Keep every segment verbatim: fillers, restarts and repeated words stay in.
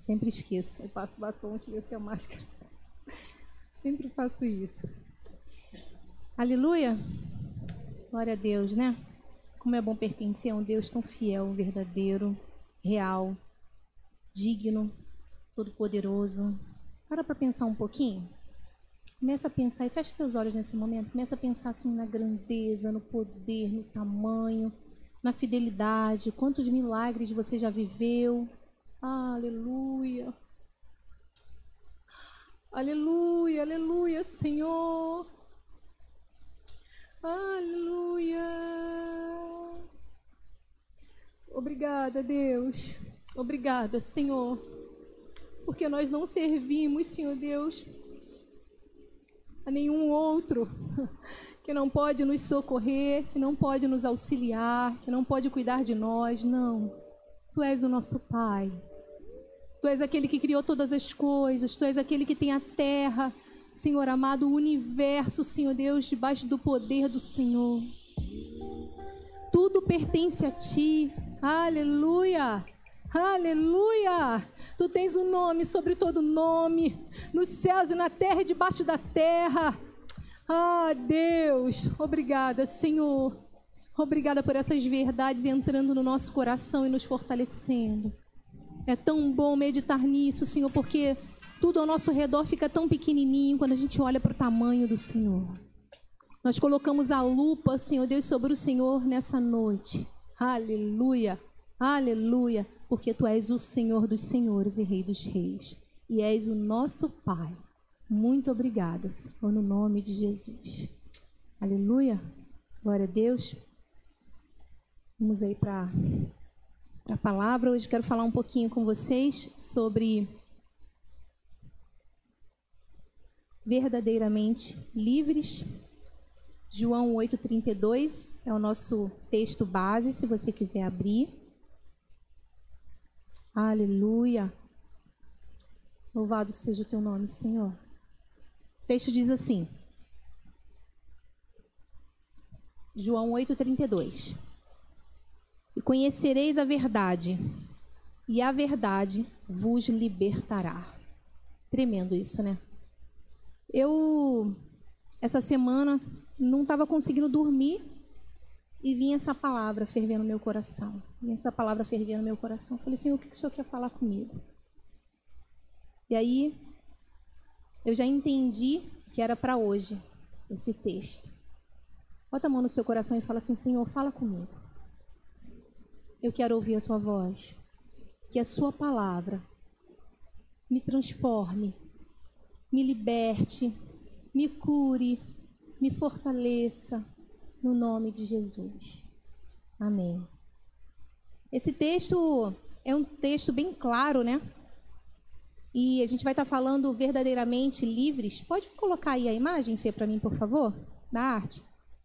Sempre esqueço. Eu passo batom, esqueço que é máscara. Sempre faço isso. Aleluia. Glória a Deus, né? Como é bom pertencer a um Deus tão fiel, verdadeiro, real, digno, todo-poderoso. Para para pensar um pouquinho. Começa a pensar e fecha seus olhos nesse momento. Começa a pensar assim na grandeza, no poder, no tamanho, na fidelidade. Quantos milagres você já viveu. Ah, aleluia. Aleluia, aleluia, Senhor. Aleluia. Obrigada, Deus. Obrigada, Senhor. Porque nós não servimos, Senhor Deus, a nenhum outro que não pode nos socorrer, que não pode nos auxiliar, que não pode cuidar de nós. Não. Tu és o nosso Pai. Tu és aquele que criou todas as coisas. Tu és aquele que tem a terra, Senhor amado, o universo, Senhor Deus, debaixo do poder do Senhor. Tudo pertence a Ti. Aleluia. Aleluia! Tu tens um nome sobre todo nome, nos céus e na terra e debaixo da terra. Ah, Deus, obrigada, Senhor. Obrigada por essas verdades entrando no nosso coração e nos fortalecendo. É tão bom meditar nisso, Senhor, porque tudo ao nosso redor fica tão pequenininho quando a gente olha para o tamanho do Senhor. Nós colocamos a lupa, Senhor Deus, sobre o Senhor nessa noite. Aleluia! Aleluia! Porque Tu és o Senhor dos senhores e Rei dos reis. E és o nosso Pai. Muito obrigada, Senhor, no nome de Jesus. Aleluia. Glória a Deus. Vamos aí para a palavra. Hoje quero falar um pouquinho com vocês sobre verdadeiramente livres. João oito, trinta e dois é o nosso texto base, se você quiser abrir. Aleluia. Louvado seja o Teu nome, Senhor. O texto diz assim. João oito, trinta e dois. E conhecereis a verdade, e a verdade vos libertará. Tremendo isso, né? Eu, essa semana, não estava conseguindo dormir e vinha essa palavra fervendo no meu coração. Vinha essa palavra fervendo no meu coração. Eu falei, Senhor, o que o Senhor quer falar comigo? E aí, eu já entendi que era para hoje, esse texto. Bota a mão no seu coração e fala assim, Senhor, fala comigo. Eu quero ouvir a Tua voz. Que a Sua palavra me transforme, me liberte, me cure, me fortaleça, no nome de Jesus. Amém. Esse texto é um texto bem claro, né? E a gente vai estar falando verdadeiramente livres. Pode colocar aí a imagem, Fê, para mim, por favor? Da arte.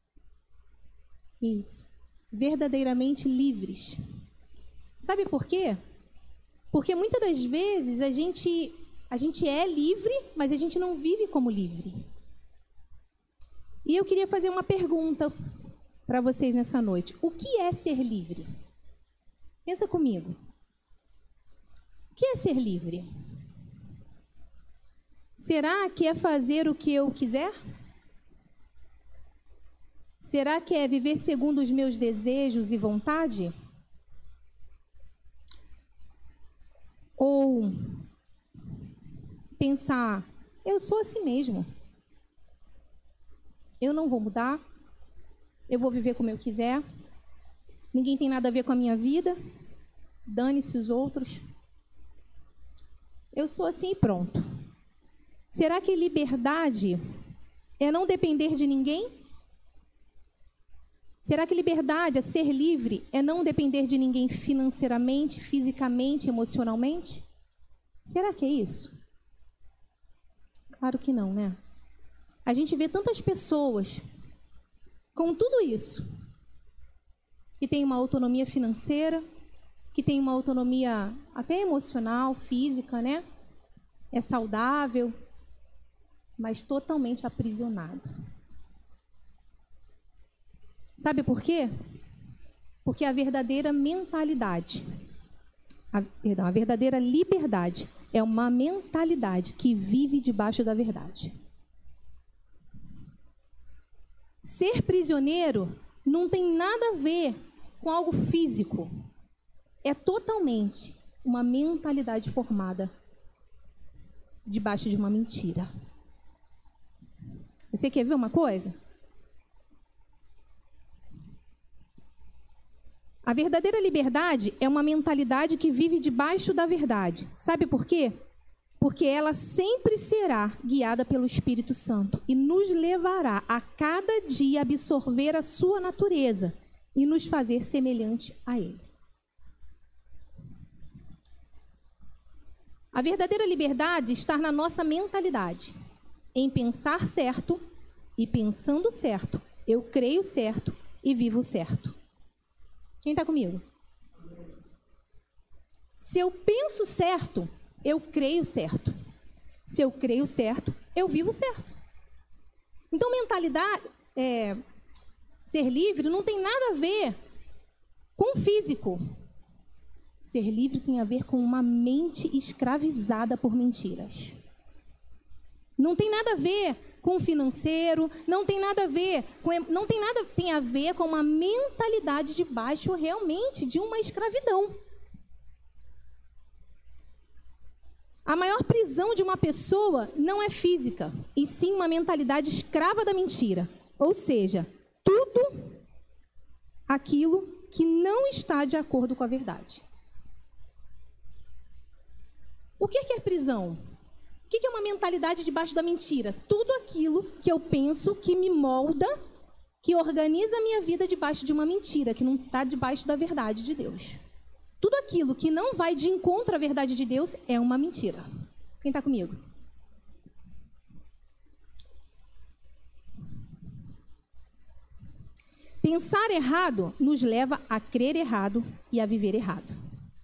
Isso. Verdadeiramente livres. Sabe por quê? Porque muitas das vezes a gente, a gente é livre, mas a gente não vive como livre. E eu queria fazer uma pergunta para vocês nessa noite. O que é ser livre? Pensa comigo. O que é ser livre? Será que é fazer o que eu quiser? Será que é viver segundo os meus desejos e vontade? Ou pensar, eu sou assim mesmo. Eu não vou mudar. Eu vou viver como eu quiser. Ninguém tem nada a ver com a minha vida. Dane-se os outros. Eu sou assim e pronto. Será que liberdade é não depender de ninguém? Será que liberdade, é ser livre, é não depender de ninguém financeiramente, fisicamente, emocionalmente? Será que é isso? Claro que não, né? A gente vê tantas pessoas com tudo isso, que tem uma autonomia financeira, que tem uma autonomia até emocional, física, né? É saudável, mas totalmente aprisionado. Sabe por quê? Porque a verdadeira mentalidade, A, perdão, a verdadeira liberdade é uma mentalidade que vive debaixo da verdade. Ser prisioneiro não tem nada a ver com algo físico. É totalmente uma mentalidade formada debaixo de uma mentira. Você quer ver uma coisa? A verdadeira liberdade é uma mentalidade que vive debaixo da verdade. Sabe por quê? Porque ela sempre será guiada pelo Espírito Santo e nos levará a cada dia a absorver a sua natureza e nos fazer semelhante a Ele. A verdadeira liberdade está na nossa mentalidade, em pensar certo e pensando certo, eu creio certo e vivo certo. Quem está comigo? Se eu penso certo, eu creio certo. Se eu creio certo, eu vivo certo. Então, mentalidade, é, ser livre não tem nada a ver com o físico. Ser livre tem a ver com uma mente escravizada por mentiras. Não tem nada a ver com o financeiro, não tem nada a ver com, não tem nada tem a ver com uma mentalidade debaixo realmente de uma escravidão. A maior prisão de uma pessoa não é física, e sim uma mentalidade escrava da mentira. Ou seja, tudo aquilo que não está de acordo com a verdade. O que é prisão? O que é uma mentalidade debaixo da mentira? Tudo aquilo que eu penso que me molda, que organiza a minha vida debaixo de uma mentira, que não está debaixo da verdade de Deus. Tudo aquilo que não vai de encontro à verdade de Deus é uma mentira. Quem está comigo? Pensar errado nos leva a crer errado e a viver errado.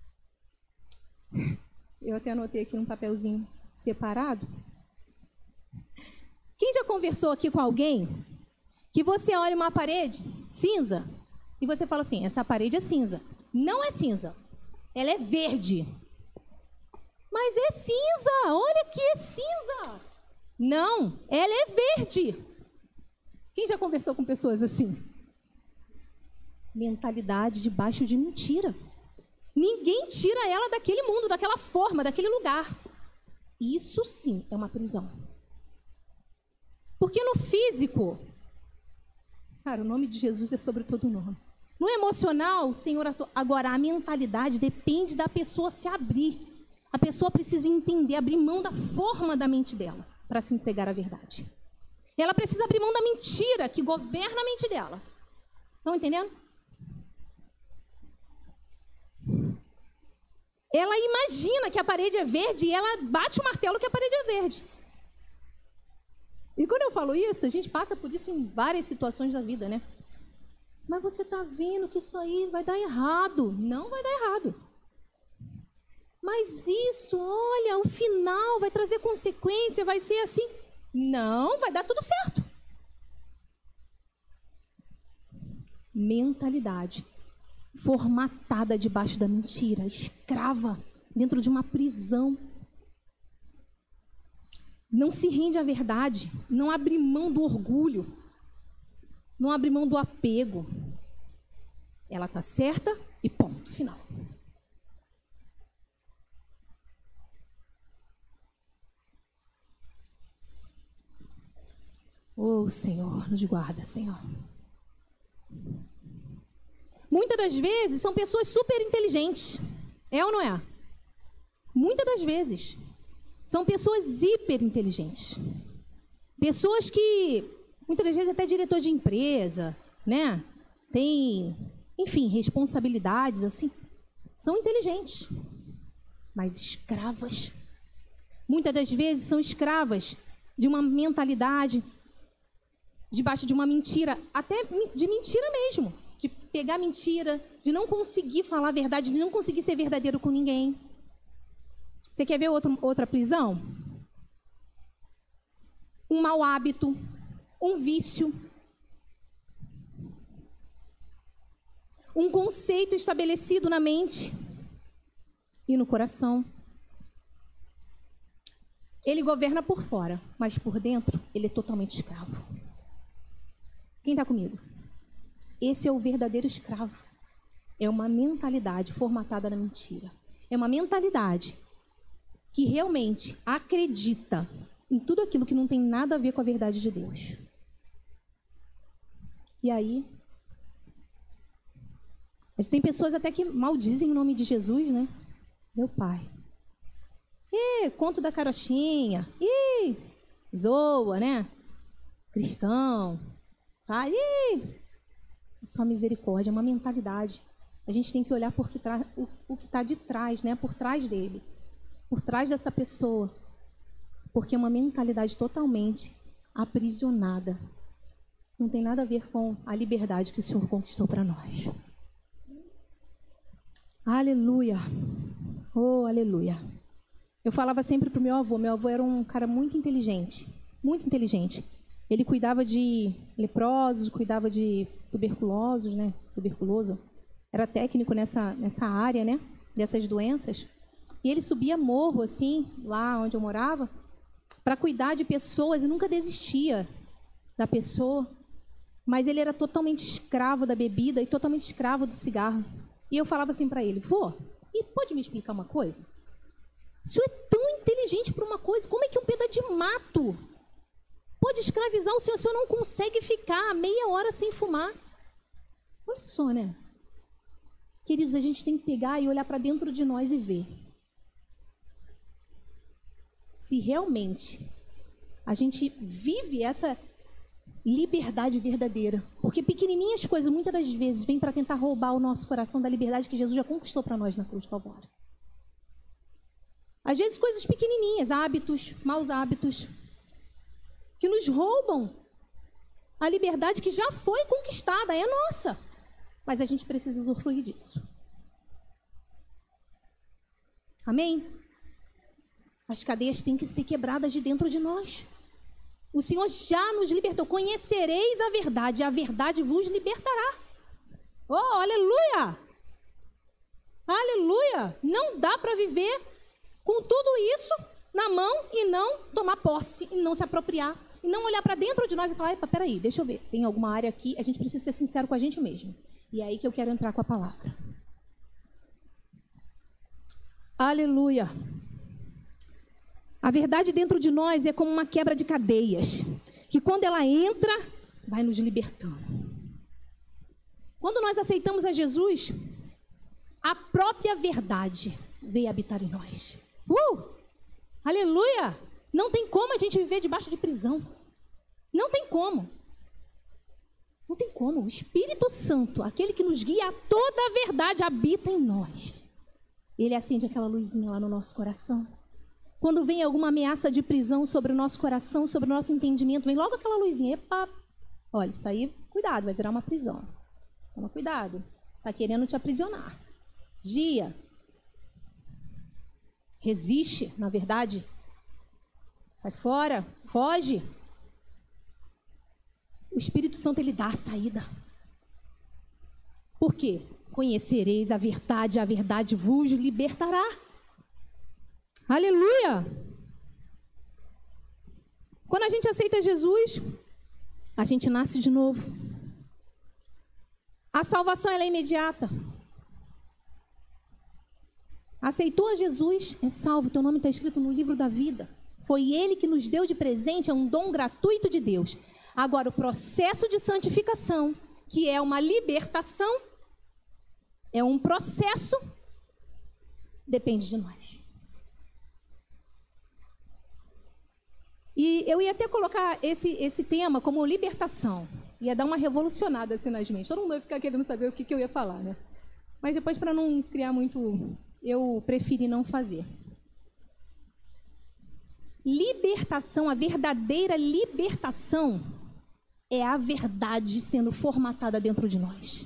Eu até anotei aqui um papelzinho separado. Quem já conversou aqui com alguém que você olha uma parede cinza e você fala assim, essa parede é cinza. Não é cinza, ela é verde. Mas é cinza, olha que é cinza. Não, ela é verde. Quem já conversou com pessoas assim? Mentalidade debaixo de mentira. Ninguém tira ela daquele mundo, daquela forma, daquele lugar. Isso sim é uma prisão. Porque no físico, cara, o nome de Jesus é sobre todo nome. No emocional, o Senhor atua. Agora, a mentalidade depende da pessoa se abrir. A pessoa precisa entender, abrir mão da forma da mente dela para se entregar à verdade. Ela precisa abrir mão da mentira que governa a mente dela. Estão entendendo? Ela imagina que a parede é verde e ela bate o martelo que a parede é verde. E quando eu falo isso, a gente passa por isso em várias situações da vida, né? Mas você está vendo que isso aí vai dar errado. Não vai dar errado. Mas isso, olha, o final vai trazer consequência, vai ser assim. Não, vai dar tudo certo. Mentalidade formatada debaixo da mentira, escrava, dentro de uma prisão. Não se rende à verdade, não abre mão do orgulho, não abre mão do apego. Ela está certa e ponto, final. Oh, Senhor, nos guarda, Senhor. Muitas das vezes são pessoas super inteligentes. É ou não é? Muitas das vezes são pessoas hiper inteligentes. Pessoas que, muitas das vezes, até diretor de empresa, né? Tem, enfim, responsabilidades, assim. São inteligentes, mas escravas. Muitas das vezes são escravas de uma mentalidade, debaixo de uma mentira, até de mentira mesmo. De pegar mentira, de não conseguir falar a verdade, de não conseguir ser verdadeiro com ninguém. Você quer ver outro, outra prisão? Um mau hábito, um vício, um conceito estabelecido na mente. e no coração. Ele governa por fora, mas por dentro ele é totalmente escravo. Quem está comigo? Esse é o verdadeiro escravo. É uma mentalidade formatada na mentira. É uma mentalidade que realmente acredita em tudo aquilo que não tem nada a ver com a verdade de Deus. E aí, tem pessoas até que maldizem o nome de Jesus, né? Meu pai. Ih, conto da carochinha. Ih, zoa, né? Cristão. Faz. Ih, só misericórdia, é uma mentalidade. A gente tem que olhar por que tra... o, o que está de trás, né? Por trás dele. Por trás dessa pessoa. Porque é uma mentalidade totalmente aprisionada. Não tem nada a ver com a liberdade que o Senhor conquistou para nós. Aleluia. Oh, aleluia. Eu falava sempre para o meu avô. Meu avô era um cara muito inteligente. Muito inteligente. Ele cuidava de leprosos, cuidava de tuberculosos, né? Tuberculoso. Era técnico nessa, nessa área, né? Dessas doenças. E ele subia morro, assim, lá onde eu morava, para cuidar de pessoas e nunca desistia da pessoa. Mas ele era totalmente escravo da bebida e totalmente escravo do cigarro. E eu falava assim para ele: vô, e pode me explicar uma coisa? O senhor é tão inteligente para uma coisa, como é que um pedaço de mato pode escravizar o senhor? O senhor não consegue ficar meia hora sem fumar. Olha só, né? Queridos, a gente tem que pegar e olhar para dentro de nós e ver se realmente a gente vive essa liberdade verdadeira. Porque pequenininhas coisas, muitas das vezes, vêm para tentar roubar o nosso coração da liberdade que Jesus já conquistou para nós na cruz do Calvário. Às vezes, coisas pequenininhas, hábitos, maus hábitos, que nos roubam a liberdade que já foi conquistada, é nossa. Mas a gente precisa usufruir disso. Amém? As cadeias têm que ser quebradas de dentro de nós. O Senhor já nos libertou. Conhecereis a verdade, e a verdade vos libertará. Oh, aleluia! Aleluia! Não dá para viver com tudo isso na mão e não tomar posse, e não se apropriar, e não olhar para dentro de nós e falar: epa, peraí, deixa eu ver, tem alguma área aqui, a gente precisa ser sincero com a gente mesmo. E é aí que eu quero entrar com a palavra. Aleluia! A verdade dentro de nós é como uma quebra de cadeias, que quando ela entra, vai nos libertando. Quando nós aceitamos a Jesus, a própria verdade veio habitar em nós. Uh! Aleluia! Não tem como a gente viver debaixo de prisão. Não tem como. Não tem como. O Espírito Santo, aquele que nos guia a toda a verdade, habita em nós. Ele acende aquela luzinha lá no nosso coração. Quando vem alguma ameaça de prisão sobre o nosso coração, sobre o nosso entendimento, vem logo aquela luzinha. Epa, olha, isso aí, cuidado, vai virar uma prisão. Toma cuidado. Está querendo te aprisionar. Gia. Resiste, na verdade. Sai fora, foge. O Espírito Santo, ele dá a saída. Por quê? Conhecereis a verdade, a verdade vos libertará. Aleluia! Quando a gente aceita Jesus, a gente nasce de novo. A salvação, ela é imediata. Aceitou a Jesus, é salvo. Teu nome está escrito no livro da vida. Foi Ele que nos deu de presente, é um dom gratuito de Deus. Agora, o processo de santificação, que é uma libertação, é um processo, depende de nós. E eu ia até colocar esse, esse tema como libertação. Ia dar uma revolucionada assim nas mentes. Todo mundo ia ficar querendo saber o que, que eu ia falar, né? Mas depois, para não criar muito, eu preferi não fazer. Libertação, a verdadeira libertação, é a verdade sendo formatada dentro de nós.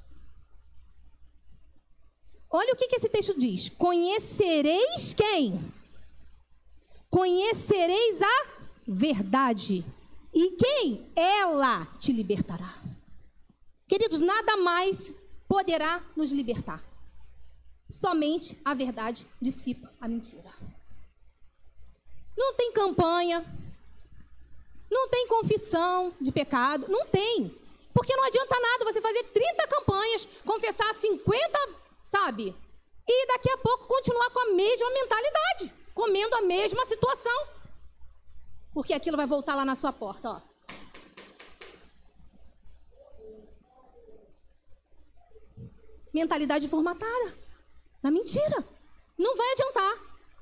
Olha o que, que esse texto diz. Conhecereis quem? Conhecereis a verdade. E quem? Ela te libertará. Queridos, nada mais poderá nos libertar. somente a verdade dissipa a mentira. Não tem campanha, não tem confissão de pecado, não tem. Porque não adianta nada você fazer trinta campanhas, confessar cinquenta, sabe? E daqui a pouco continuar com a mesma mentalidade, comendo a mesma situação. Porque aquilo vai voltar lá na sua porta, ó. Mentalidade formatada na mentira. Não vai adiantar.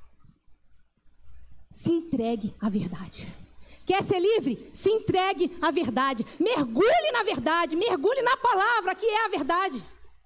Se entregue à verdade. Quer ser livre? Se entregue à verdade. Mergulhe na verdade. Mergulhe na palavra que é a verdade.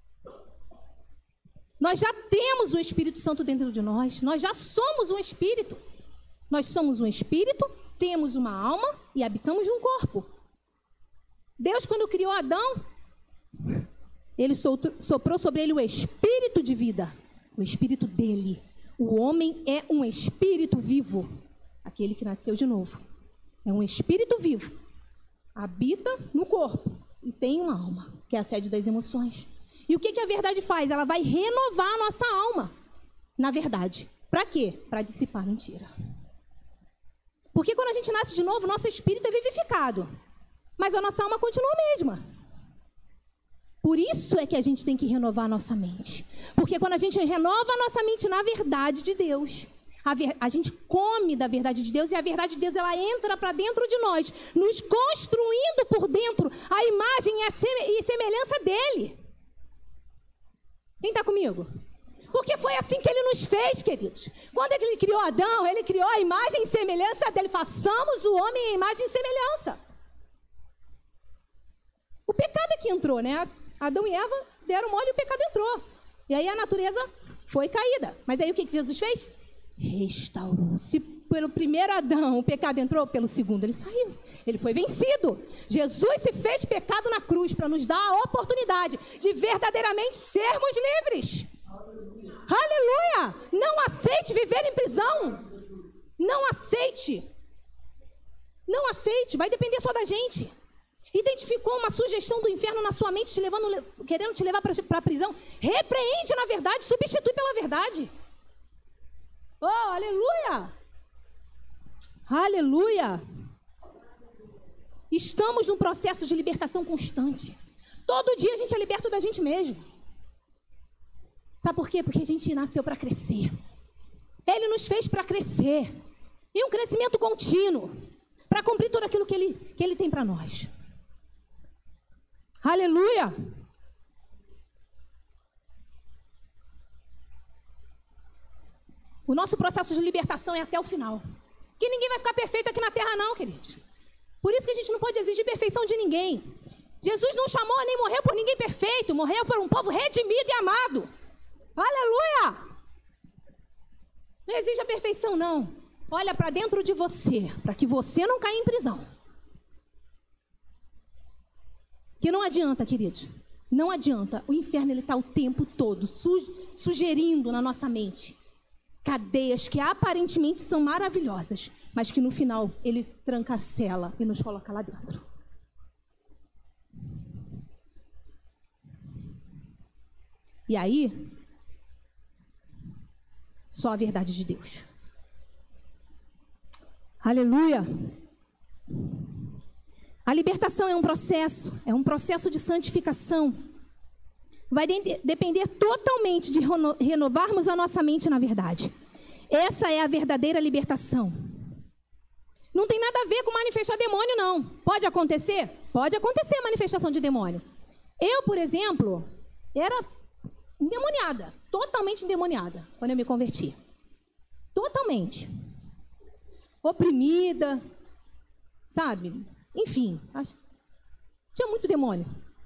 Nós já temos o Espírito Santo dentro de nós. Nós já somos um espírito. Nós somos um espírito, temos uma alma e habitamos num corpo. Deus, quando criou Adão, ele soprou sobre ele o espírito de vida. O espírito dele. O homem é um espírito vivo. Aquele que nasceu de novo. É um espírito vivo. Habita no corpo. E tem uma alma, que é a sede das emoções. E o que, que a verdade faz? Ela vai renovar a nossa alma. Na verdade. Para quê? Para dissipar a mentira. Porque quando a gente nasce de novo, nosso espírito é vivificado. Mas a nossa alma continua a mesma. Por isso é que a gente tem que renovar a nossa mente. Porque quando a gente renova a nossa mente na verdade de Deus, a, ver, a gente come da verdade de Deus e a verdade de Deus ela entra para dentro de nós, nos construindo por dentro a imagem e a seme, e semelhança dele. Quem está comigo? Porque foi assim que ele nos fez, queridos. Quando ele criou Adão, ele criou a imagem e semelhança dele. Façamos o homem em imagem e semelhança. O pecado é que entrou, né? Adão e Eva deram mole e o pecado entrou. E aí a natureza foi caída. Mas aí o que Jesus fez? Restaurou. Se pelo primeiro Adão o pecado entrou, pelo segundo ele saiu. Ele foi vencido. Jesus se fez pecado na cruz para nos dar a oportunidade de verdadeiramente sermos livres. Aleluia! Não aceite viver em prisão. Não aceite. Não aceite. Vai depender só da gente. Identificou uma sugestão do inferno na sua mente, te levando, querendo te levar para a prisão. Repreende na verdade, substitui pela verdade. Oh, aleluia! Aleluia! Estamos num processo de libertação constante. Todo dia a gente é liberto da gente mesmo. Sabe por quê? Porque a gente nasceu para crescer. Ele nos fez para crescer. E um crescimento contínuo. Para cumprir tudo aquilo que Ele, que ele tem para nós. Aleluia! O nosso processo de libertação é até o final. Que ninguém vai ficar perfeito aqui na terra não, queridos. Por isso que a gente não pode exigir perfeição de ninguém. Jesus não chamou nem morreu por ninguém perfeito. Morreu por um povo redimido e amado. Aleluia! Não exige a perfeição, não. Olha para dentro de você, para que você não caia em prisão. Que não adianta, querido. Não adianta. O inferno ele está o tempo todo su sugerindo na nossa mente cadeias que aparentemente são maravilhosas, mas que no final ele tranca a cela e nos coloca lá dentro. E aí, só a verdade de Deus. Aleluia! A libertação é um processo, é um processo de santificação. Vai de depender totalmente de reno renovarmos a nossa mente na verdade. Essa é a verdadeira libertação. Não tem nada a ver com manifestar demônio, não. Pode acontecer? Pode acontecer a manifestação de demônio. Eu, por exemplo, era endemoniada, totalmente endemoniada, quando eu me converti. Totalmente. Oprimida, sabe? Enfim, acho... tinha muito demônio.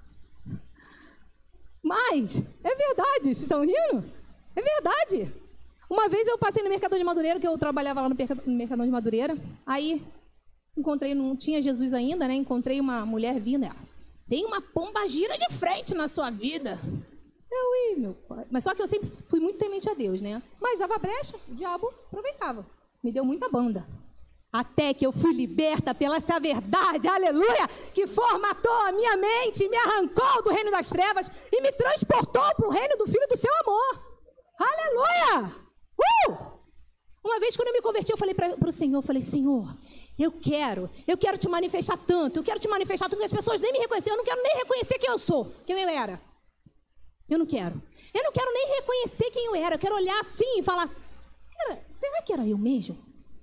Mas, é verdade, vocês estão rindo? É verdade. Uma vez eu passei no Mercadão de Madureira, que eu trabalhava lá no Mercadão de Madureira. Aí, encontrei, não tinha Jesus ainda, né? Encontrei uma mulher vindo, ela, tem uma pomba gira de frente na sua vida. Eu, ih, meu pai. Mas só que eu sempre fui muito temente a Deus, né? Mas dava brecha, o diabo aproveitava. Me deu muita banda. Até que eu fui liberta pela essa verdade, aleluia, que formatou a minha mente, me arrancou do reino das trevas e me transportou para o reino do Filho do seu amor. Aleluia! Uh! Uma vez, quando eu me converti, eu falei para o Senhor, eu falei, Senhor, eu quero, eu quero te manifestar tanto, eu quero te manifestar tanto que as pessoas nem me reconhecem, eu não quero nem reconhecer quem eu sou, quem eu era. Eu não quero. Eu não quero nem reconhecer quem eu era, eu quero olhar assim e falar, será que era eu mesmo?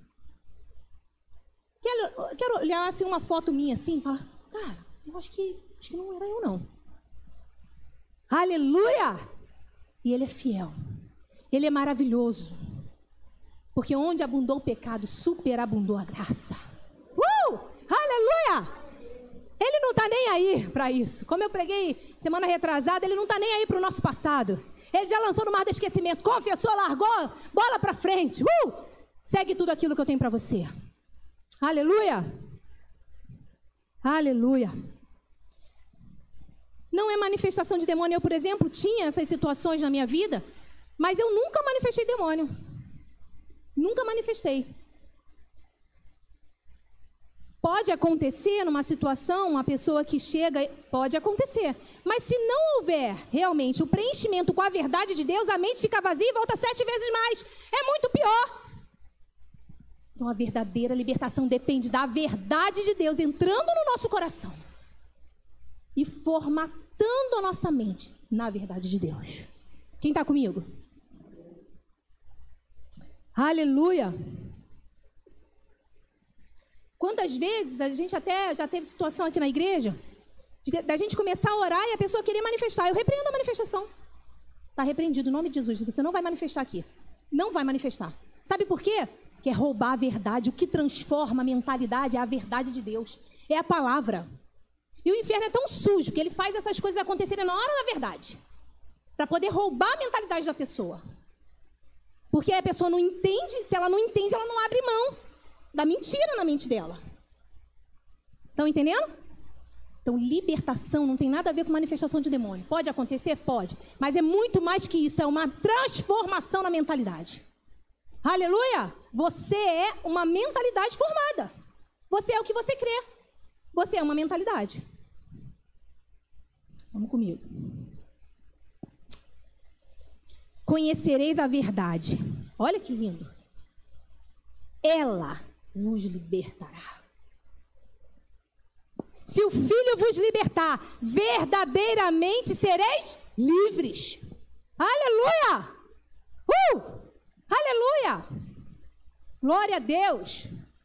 Quero, quero olhar assim uma foto minha assim e falar, cara, eu acho que, acho que não era eu não. Aleluia! E Ele é fiel. Ele é maravilhoso. Porque onde abundou o pecado, superabundou a graça. Uh! Aleluia! Ele não está nem aí para isso. Como eu preguei semana retrasada, Ele não está nem aí para o nosso passado. Ele já lançou no mar do esquecimento, confessou, largou, bola para frente. Uh! Segue tudo aquilo que eu tenho para você. Aleluia! Aleluia! Não é manifestação de demônio. Eu, por exemplo, tinha essas situações na minha vida, mas eu nunca manifestei demônio. Nunca manifestei. Pode acontecer numa situação, uma pessoa que chega, pode acontecer. Mas se não houver realmente o preenchimento com a verdade de Deus, a mente fica vazia e volta sete vezes mais. É muito pior. Então a verdadeira libertação depende da verdade de Deus entrando no nosso coração e formatando a nossa mente na verdade de Deus. Quem está comigo? Aleluia! Quantas vezes a gente até já teve situação aqui na igreja de, da gente começar a orar e a pessoa querer manifestar. Eu repreendo a manifestação. Está repreendido, em nome de Jesus. Você não vai manifestar aqui. Não vai manifestar. Sabe por quê? Que é roubar a verdade. O que transforma a mentalidade é a verdade de Deus. É a palavra. E o inferno é tão sujo que ele faz essas coisas acontecerem na hora da verdade. Para poder roubar a mentalidade da pessoa. Porque a pessoa não entende. Se ela não entende, ela não abre mão da mentira na mente dela. Estão entendendo? Então, libertação não tem nada a ver com manifestação de demônio. Pode acontecer? Pode. Mas é muito mais que isso. É uma transformação na mentalidade. Aleluia! Você é uma mentalidade formada. Você é o que você crê. Você é uma mentalidade. Vamos comigo. Conhecereis a verdade. Olha que lindo. Ela vos libertará. Se o Filho vos libertar, verdadeiramente sereis livres. Aleluia! Uh! Aleluia! Glória a Deus!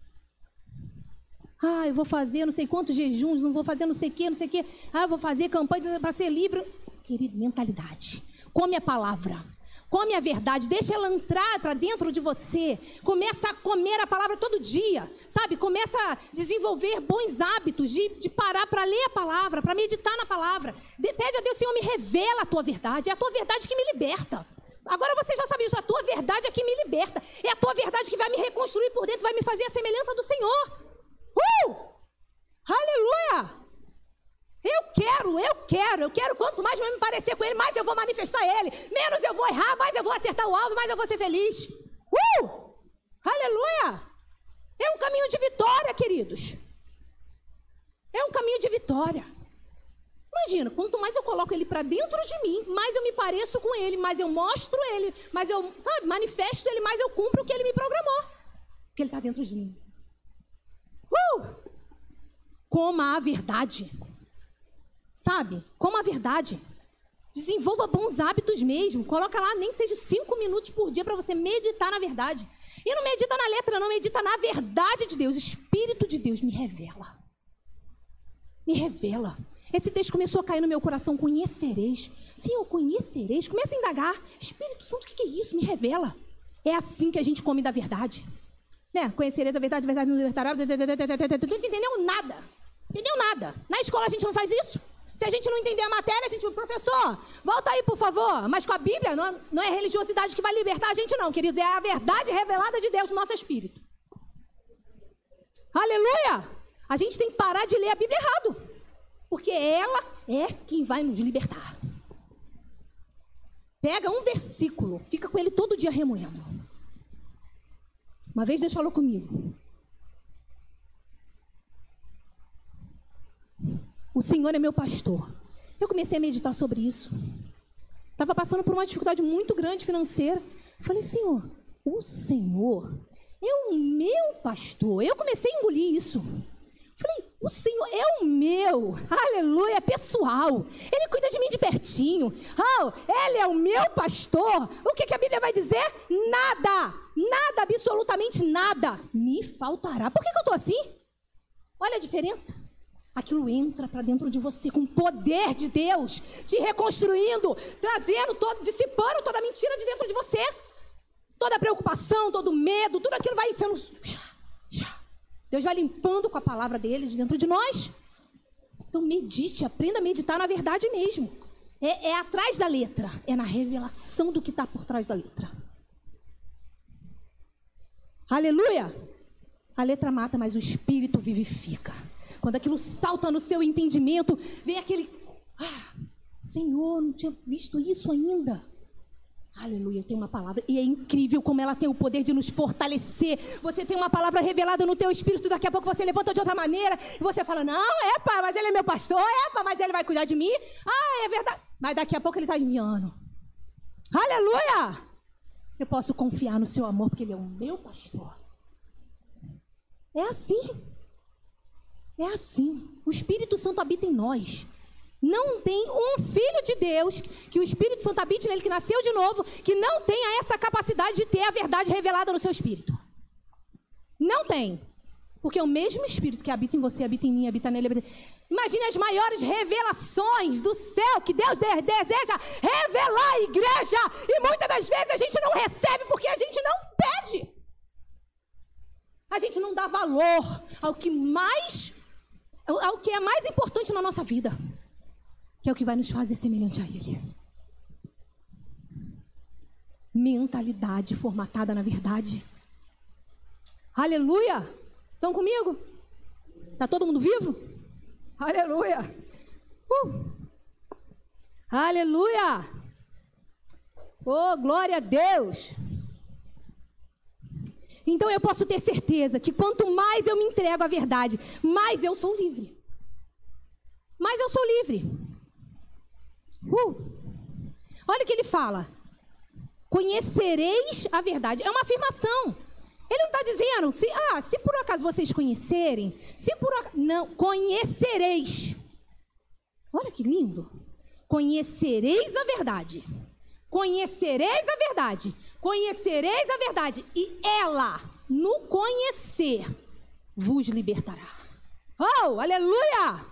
Ah, eu vou fazer não sei quantos jejuns, não vou fazer não sei o que, não sei o que. Ah, eu vou fazer campanha para ser livre. Querido, mentalidade. Come a palavra. Come a verdade, deixa ela entrar para dentro de você. Começa a comer a palavra todo dia, sabe? Começa a desenvolver bons hábitos de, de parar para ler a palavra, para meditar na palavra. De, pede a Deus, Senhor, me revela a tua verdade. É a tua verdade que me liberta. Agora você já sabe isso, a tua verdade é que me liberta. É a tua verdade que vai me reconstruir por dentro, vai me fazer a semelhança do Senhor. Uh! Aleluia! Eu quero, eu quero, eu quero. Quanto mais eu me parecer com Ele, mais eu vou manifestar Ele. Menos eu vou errar, mais eu vou acertar o alvo, mais eu vou ser feliz. Uh! Aleluia! É um caminho de vitória, queridos. É um caminho de vitória. Imagina, quanto mais eu coloco Ele para dentro de mim, mais eu me pareço com Ele, mais eu mostro Ele, mais eu, sabe, manifesto Ele, mais eu cumpro o que Ele me programou. Porque Ele está dentro de mim. Uh! Coma a verdade. Sabe? Coma a verdade. Desenvolva bons hábitos mesmo. Coloca lá, nem que seja cinco minutos por dia para você meditar na verdade. E não medita na letra, não. Medita na verdade de Deus. O Espírito de Deus me revela. Me revela. Esse texto começou a cair no meu coração. Conhecereis. Senhor, conhecereis. Começa a indagar. Espírito Santo, o que é isso? Me revela. É assim que a gente come da verdade. Né? Conhecereis a verdade, a verdade nos libertará. Não entendeu nada. Entendeu nada. Na escola a gente não faz isso. Se a gente não entender a matéria, a gente... Professor, volta aí, por favor. Mas com a Bíblia, não, não é a religiosidade que vai libertar a gente, não, queridos. É a verdade revelada de Deus no nosso espírito. Aleluia! A gente tem que parar de ler a Bíblia errado. Porque ela é quem vai nos libertar. Pega um versículo, fica com ele todo dia remoendo. Uma vez Deus falou comigo. O Senhor é meu pastor. Eu comecei a meditar sobre isso. Estava passando por uma dificuldade muito grande financeira. Eu falei, Senhor, o Senhor é o meu pastor. Eu comecei a engolir isso. Falei, o Senhor é o meu, aleluia, é pessoal. Ele cuida de mim de pertinho. Oh, Ele é o meu pastor. O que, que a Bíblia vai dizer? Nada, nada, absolutamente nada me faltará. Por que, que eu estou assim? Olha a diferença. Aquilo entra para dentro de você com o poder de Deus, te reconstruindo, trazendo, todo, dissipando toda a mentira de dentro de você. Toda a preocupação, todo o medo, tudo aquilo vai sendo... Deus vai limpando com a palavra dele de dentro de nós. Então medite, aprenda a meditar na verdade mesmo. É, é atrás da letra, é na revelação do que está por trás da letra. Aleluia! A letra mata, mas o Espírito vivifica. Quando aquilo salta no seu entendimento, vem aquele... Ah, Senhor, não tinha visto isso ainda. Aleluia, tem uma palavra, e é incrível como ela tem o poder de nos fortalecer. Você tem uma palavra revelada no teu espírito, daqui a pouco você levanta de outra maneira, e você fala, não, epa, mas ele é meu pastor, epa, mas ele vai cuidar de mim. Ah, é verdade, mas daqui a pouco ele está enviando. Aleluia! Eu posso confiar no seu amor, porque ele é o meu pastor. É assim, é assim, o Espírito Santo habita em nós. Não tem um filho de Deus, que o Espírito Santo habite nele, que nasceu de novo, que não tenha essa capacidade de ter a verdade revelada no seu espírito. Não tem. Porque o mesmo Espírito que habita em você, habita em mim, habita nele. Habita... Imagine as maiores revelações do céu que Deus de- deseja revelar à igreja. E muitas das vezes a gente não recebe porque a gente não pede. A gente não dá valor ao que mais, ao que é mais importante na nossa vida. Que é o que vai nos fazer semelhante a Ele. Mentalidade formatada na verdade. Aleluia! Estão comigo? Está todo mundo vivo? Aleluia! Uh. Aleluia! Oh, glória a Deus! Então eu posso ter certeza que quanto mais eu me entrego à verdade, mais eu sou livre. Mais eu sou livre. Uh. Olha o que ele fala. Conhecereis a verdade. É uma afirmação. Ele não está dizendo, se, ah, se por acaso vocês conhecerem, se por acaso, não, conhecereis. Olha que lindo. Conhecereis a verdade. Conhecereis a verdade. Conhecereis a verdade. E ela, no conhecer, vos libertará. Oh, aleluia!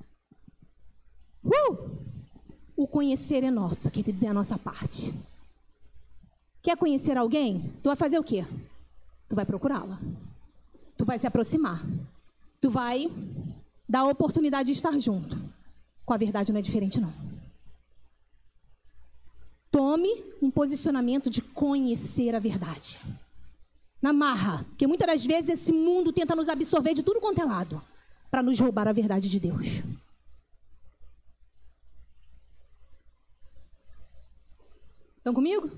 Uh! O conhecer é nosso, quer dizer, a nossa parte. Quer conhecer alguém? Tu vai fazer o quê? Tu vai procurá-la. Tu vai se aproximar. Tu vai dar a oportunidade de estar junto. Com a verdade não é diferente, não. Tome um posicionamento de conhecer a verdade. Na marra, porque muitas das vezes esse mundo tenta nos absorver de tudo quanto é lado, para nos roubar a verdade de Deus. Estão comigo?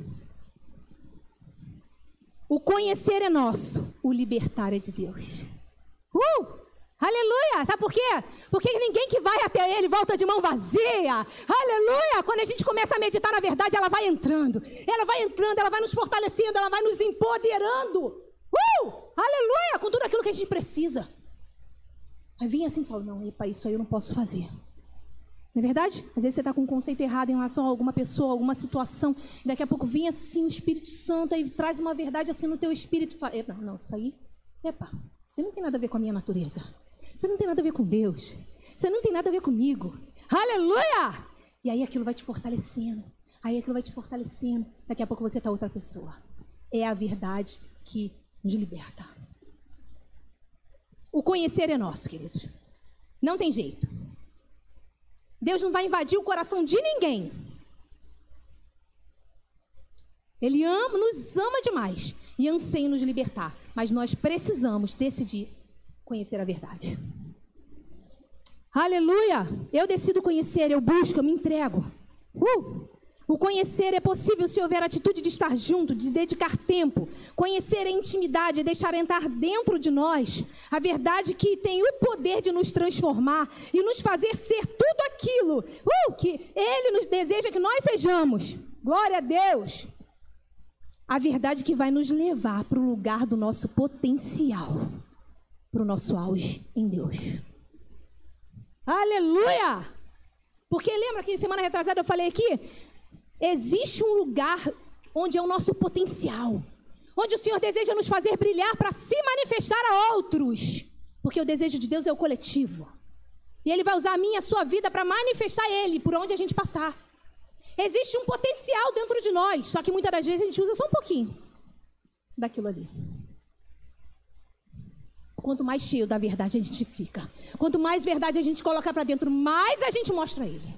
O conhecer é nosso, o libertar é de Deus. Uh! Aleluia! Sabe por quê? Porque ninguém que vai até Ele volta de mão vazia. Aleluia! Quando a gente começa a meditar na verdade, ela vai entrando. Ela vai entrando, ela vai nos fortalecendo, ela vai nos empoderando. Uh! Aleluia! Com tudo aquilo que a gente precisa. Aí vem assim e fala, não, epa, isso aí eu não posso fazer. Não é verdade? Às vezes você está com um conceito errado em relação a alguma pessoa, alguma situação, e daqui a pouco vem assim o Espírito Santo e traz uma verdade assim no teu espírito. Fala, não, não, isso aí, epa, isso não tem nada a ver com a minha natureza. Isso não tem nada a ver com Deus. Isso não tem nada a ver comigo. Aleluia! E aí aquilo vai te fortalecendo. Aí aquilo vai te fortalecendo. Daqui a pouco você está outra pessoa. É a verdade que nos liberta. O conhecer é nosso, queridos. Não tem jeito. Deus não vai invadir o coração de ninguém. Ele ama, nos ama demais e anseia nos libertar. Mas nós precisamos decidir conhecer a verdade. Aleluia! Eu decido conhecer, eu busco, eu me entrego. Uh! O conhecer é possível se houver atitude de estar junto, de dedicar tempo. Conhecer é intimidade, é deixar entrar dentro de nós a verdade que tem o poder de nos transformar e nos fazer ser tudo aquilo uh, que Ele nos deseja que nós sejamos. Glória a Deus! A verdade que vai nos levar para o lugar do nosso potencial, para o nosso auge em Deus. Aleluia! Porque lembra que semana retrasada eu falei aqui? Existe um lugar onde é o nosso potencial, onde o Senhor deseja nos fazer brilhar para se manifestar a outros, porque o desejo de Deus é o coletivo, e Ele vai usar a minha e a sua vida para manifestar Ele por onde a gente passar. Existe um potencial dentro de nós, só que muitas das vezes a gente usa só um pouquinho daquilo ali. Quanto mais cheio da verdade a gente fica, quanto mais verdade a gente coloca para dentro, mais a gente mostra Ele.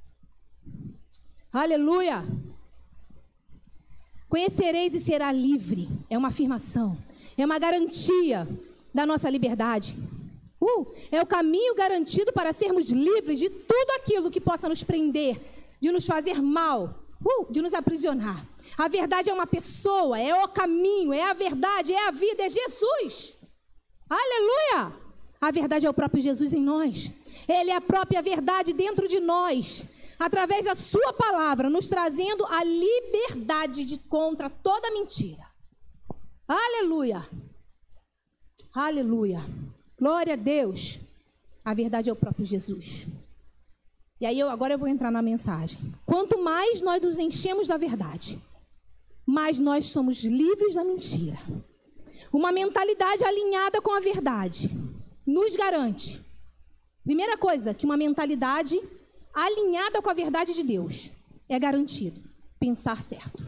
Aleluia! Conhecereis e será livre. É uma afirmação. É uma garantia da nossa liberdade. Uh, é o caminho garantido para sermos livres de tudo aquilo que possa nos prender, de nos fazer mal, uh, de nos aprisionar. A verdade é uma pessoa, é o caminho, é a verdade, é a vida, é Jesus. Aleluia! A verdade é o próprio Jesus em nós. Ele é a própria verdade dentro de nós, através da sua palavra, nos trazendo a liberdade de contra toda mentira. Aleluia! Aleluia! Glória a Deus! A verdade é o próprio Jesus. E aí eu, agora eu vou entrar na mensagem. Quanto mais nós nos enchemos da verdade, mais nós somos livres da mentira. Uma mentalidade alinhada com a verdade nos garante, primeira coisa, que uma mentalidade alinhada com a verdade de Deus é garantido pensar certo.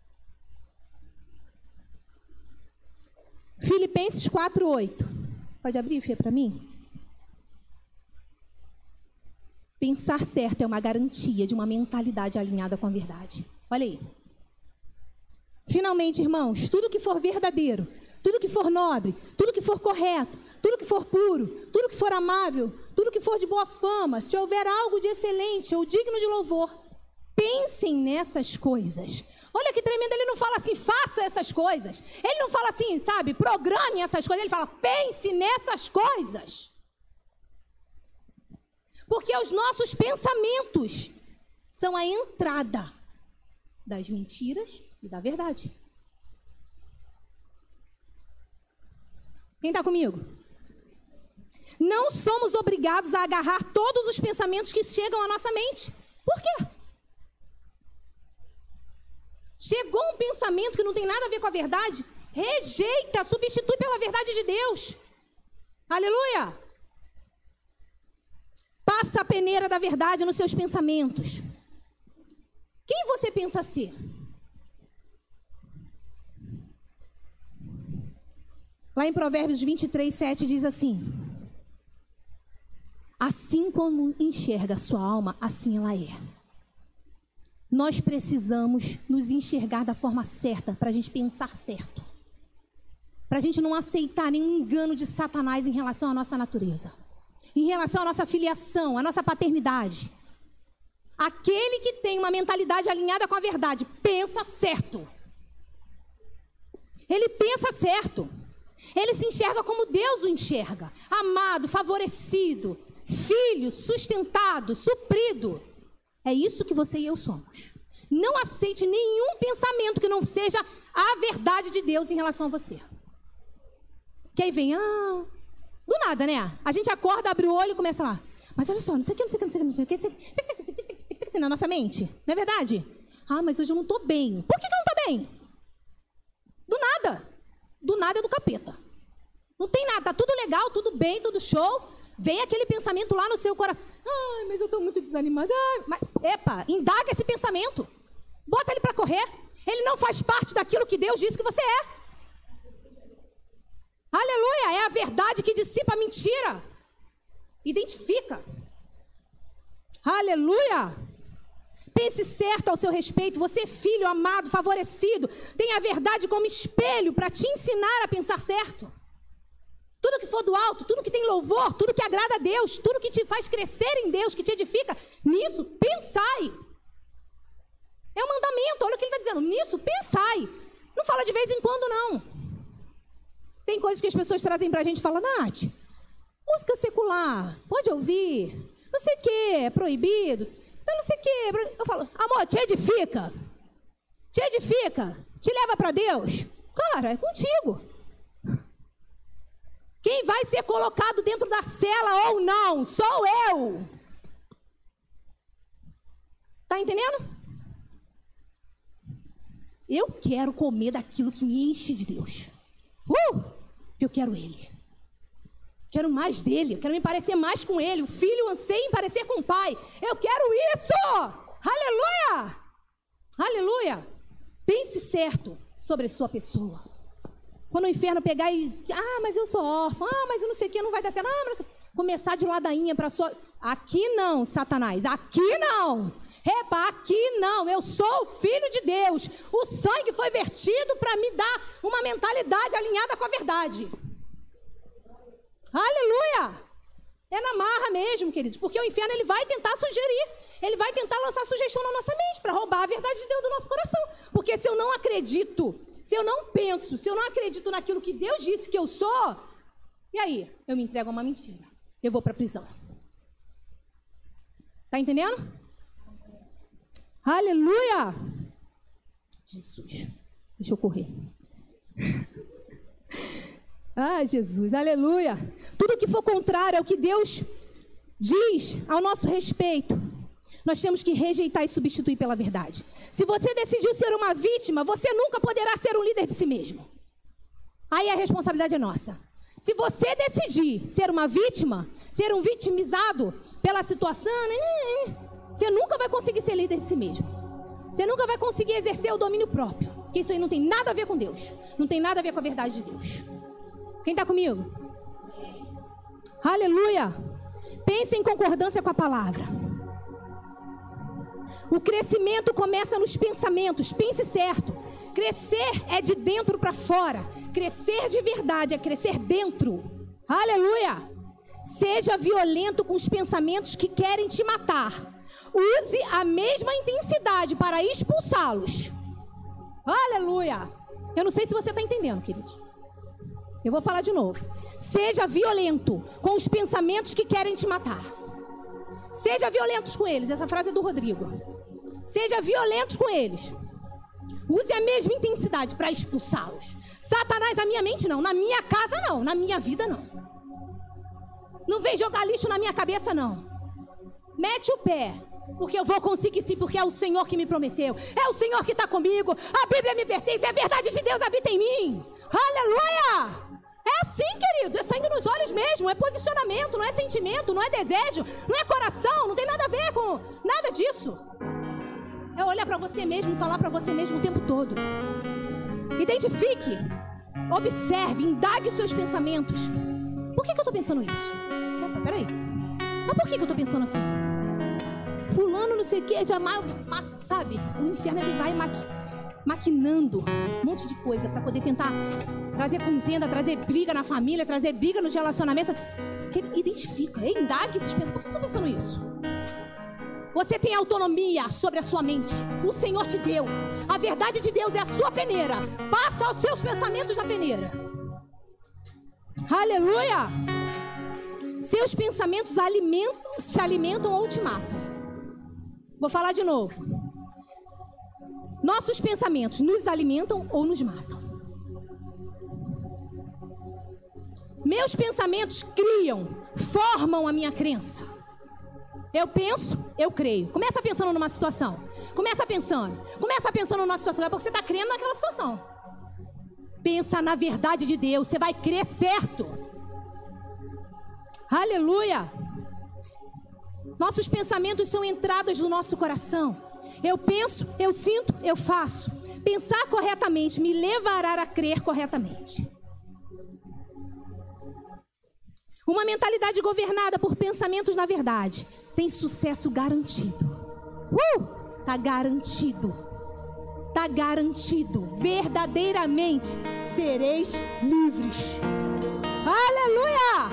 Filipenses quatro, oito. Pode abrir, Fê, para mim? Pensar certo é uma garantia de uma mentalidade alinhada com a verdade. Olha aí. Finalmente, irmãos, tudo que for verdadeiro, tudo que for nobre, tudo que for correto, tudo que for puro, tudo que for amável, tudo que for de boa fama, se houver algo de excelente ou digno de louvor, pensem nessas coisas. Olha que tremendo, ele não fala assim, faça essas coisas. Ele não fala assim, sabe, programe essas coisas. Ele fala, pense nessas coisas. Porque os nossos pensamentos são a entrada das mentiras e da verdade. Quem está comigo? Não somos obrigados a agarrar todos os pensamentos que chegam à nossa mente. Por quê? Chegou um pensamento que não tem nada a ver com a verdade, rejeita, substitui pela verdade de Deus. Aleluia! Passa a peneira da verdade nos seus pensamentos. Quem você pensa ser? Lá em Provérbios vinte e três, sete diz assim: assim como enxerga a sua alma, assim ela é. Nós precisamos nos enxergar da forma certa para a gente pensar certo. Para a gente não aceitar nenhum engano de Satanás em relação à nossa natureza. Em relação à nossa filiação, à nossa paternidade. Aquele que tem uma mentalidade alinhada com a verdade, pensa certo. Ele pensa certo. Ele se enxerga como Deus o enxerga. Amado, favorecido, filho, sustentado, suprido. É isso que você e eu somos. Não aceite nenhum pensamento que não seja a verdade de Deus em relação a você. Que aí vem, ah, do nada, né? A gente acorda, abre o olho e começa lá. Mas olha só, não sei o que, não sei o que, não sei o que, não sei o que, não sei o que, na nossa mente. Não é verdade? Ah, mas hoje eu não estou bem. Por que, que eu não estou bem? Do nada. Do nada é do capeta. Não tem nada, tá tudo legal, tudo bem, tudo show. Vem aquele pensamento lá no seu coração. Ai, mas eu estou muito desanimada. Ai, mas, epa, indaga esse pensamento. Bota ele para correr. Ele não faz parte daquilo que Deus disse que você é. Aleluia, é a verdade que dissipa a mentira. Identifica. Aleluia. Pense certo ao seu respeito. Você é filho, amado, favorecido. Tem a verdade como espelho para te ensinar a pensar certo. Tudo que for do alto, tudo que tem louvor, tudo que agrada a Deus, tudo que te faz crescer em Deus, que te edifica, nisso, pensai. É um mandamento, olha o que ele está dizendo. Nisso, pensai. Não fala de vez em quando, não. Tem coisas que as pessoas trazem para a gente e falam, Nath, música secular, pode ouvir, não sei o que, é proibido, então não sei o que. Eu falo, amor, te edifica, te edifica, te leva para Deus. Cara, é contigo. Quem vai ser colocado dentro da cela ou não, sou eu. Tá entendendo? Eu quero comer daquilo que me enche de Deus. Uh! Eu quero Ele. Quero mais dele. Eu quero me parecer mais com Ele. O filho anseia em parecer com o pai. Eu quero isso! Aleluia! Aleluia! Pense certo sobre a sua pessoa. Quando o inferno pegar e... Ah, mas eu sou órfã. Ah, mas eu não sei o que, não vai dar certo. Ah, mas... Começar de ladainha para sua... Aqui não, Satanás. Aqui não. Reba, aqui não, eu sou o filho de Deus. O sangue foi vertido para me dar uma mentalidade alinhada com a verdade. Aleluia! É na marra mesmo, queridos, porque o inferno ele vai tentar sugerir, ele vai tentar lançar sugestão na nossa mente para roubar a verdade de Deus do nosso coração. Porque se eu não acredito, se eu não penso, se eu não acredito naquilo que Deus disse que eu sou, e aí? Eu me entrego a uma mentira. Eu vou para a prisão. Tá entendendo? Aleluia! Jesus, deixa eu correr. Ah, Jesus, aleluia! Tudo que for contrário ao que Deus diz ao nosso respeito, nós temos que rejeitar e substituir pela verdade. Se você decidiu ser uma vítima, você nunca poderá ser um líder de si mesmo. Aí a responsabilidade é nossa. Se você decidir ser uma vítima, ser um vitimizado pela situação, você nunca vai conseguir ser líder de si mesmo. Você nunca vai conseguir exercer o domínio próprio. Porque isso aí não tem nada a ver com Deus. Não tem nada a ver com a verdade de Deus. Quem está comigo? Aleluia! Pense em concordância com a palavra. O crescimento começa nos pensamentos. Pense certo. Crescer é de dentro para fora. Crescer de verdade é crescer dentro. Aleluia! Seja violento com os pensamentos que querem te matar. Use a mesma intensidade para expulsá-los. Aleluia! Eu não sei se você está entendendo, queridos. Eu vou falar de novo. Seja violento com os pensamentos que querem te matar. Seja violentos com eles. Essa frase é do Rodrigo. Seja violentos com eles. Use a mesma intensidade para expulsá-los. Satanás na minha mente não. Na minha casa não. Na minha vida não. Não vem jogar lixo na minha cabeça não. Mete o pé. Porque eu vou conseguir sim, porque é o Senhor que me prometeu. É o Senhor que está comigo. A Bíblia me pertence, a verdade de Deus habita em mim. Aleluia! É assim, querido, é sangue nos olhos mesmo. É posicionamento, não é sentimento, não é desejo, não é coração, não tem nada a ver com nada disso. É olhar para você mesmo e falar para você mesmo o tempo todo. Identifique, observe, indague os seus pensamentos. Por que, que eu estou pensando isso? Opa, peraí. Mas por que, que eu estou pensando assim? Fulano não sei o que, já, ma, ma, sabe? O inferno ele vai maqui, maquinando um monte de coisa para poder tentar trazer contenda, trazer briga na família, trazer briga nos relacionamentos. Que identifica, indague esses pensamentos. Por que eu estou pensando isso? Você tem autonomia sobre a sua mente. O Senhor te deu. A verdade de Deus é a sua peneira. Passa os seus pensamentos na peneira. Aleluia! Seus pensamentos alimentam, te alimentam ou te matam. Vou falar de novo. Nossos pensamentos nos alimentam ou nos matam. Meus pensamentos criam, formam a minha crença. Eu penso, eu creio. Começa pensando numa situação. Começa pensando. Começa pensando numa situação. É porque você está crendo naquela situação. Pensa na verdade de Deus. Você vai crer certo. Aleluia. Nossos pensamentos são entradas do nosso coração. Eu penso, eu sinto, eu faço. Pensar corretamente me levará a crer corretamente. Uma mentalidade governada por pensamentos na verdade tem sucesso garantido. Uh! Tá garantido. Tá garantido. Verdadeiramente sereis livres. Aleluia!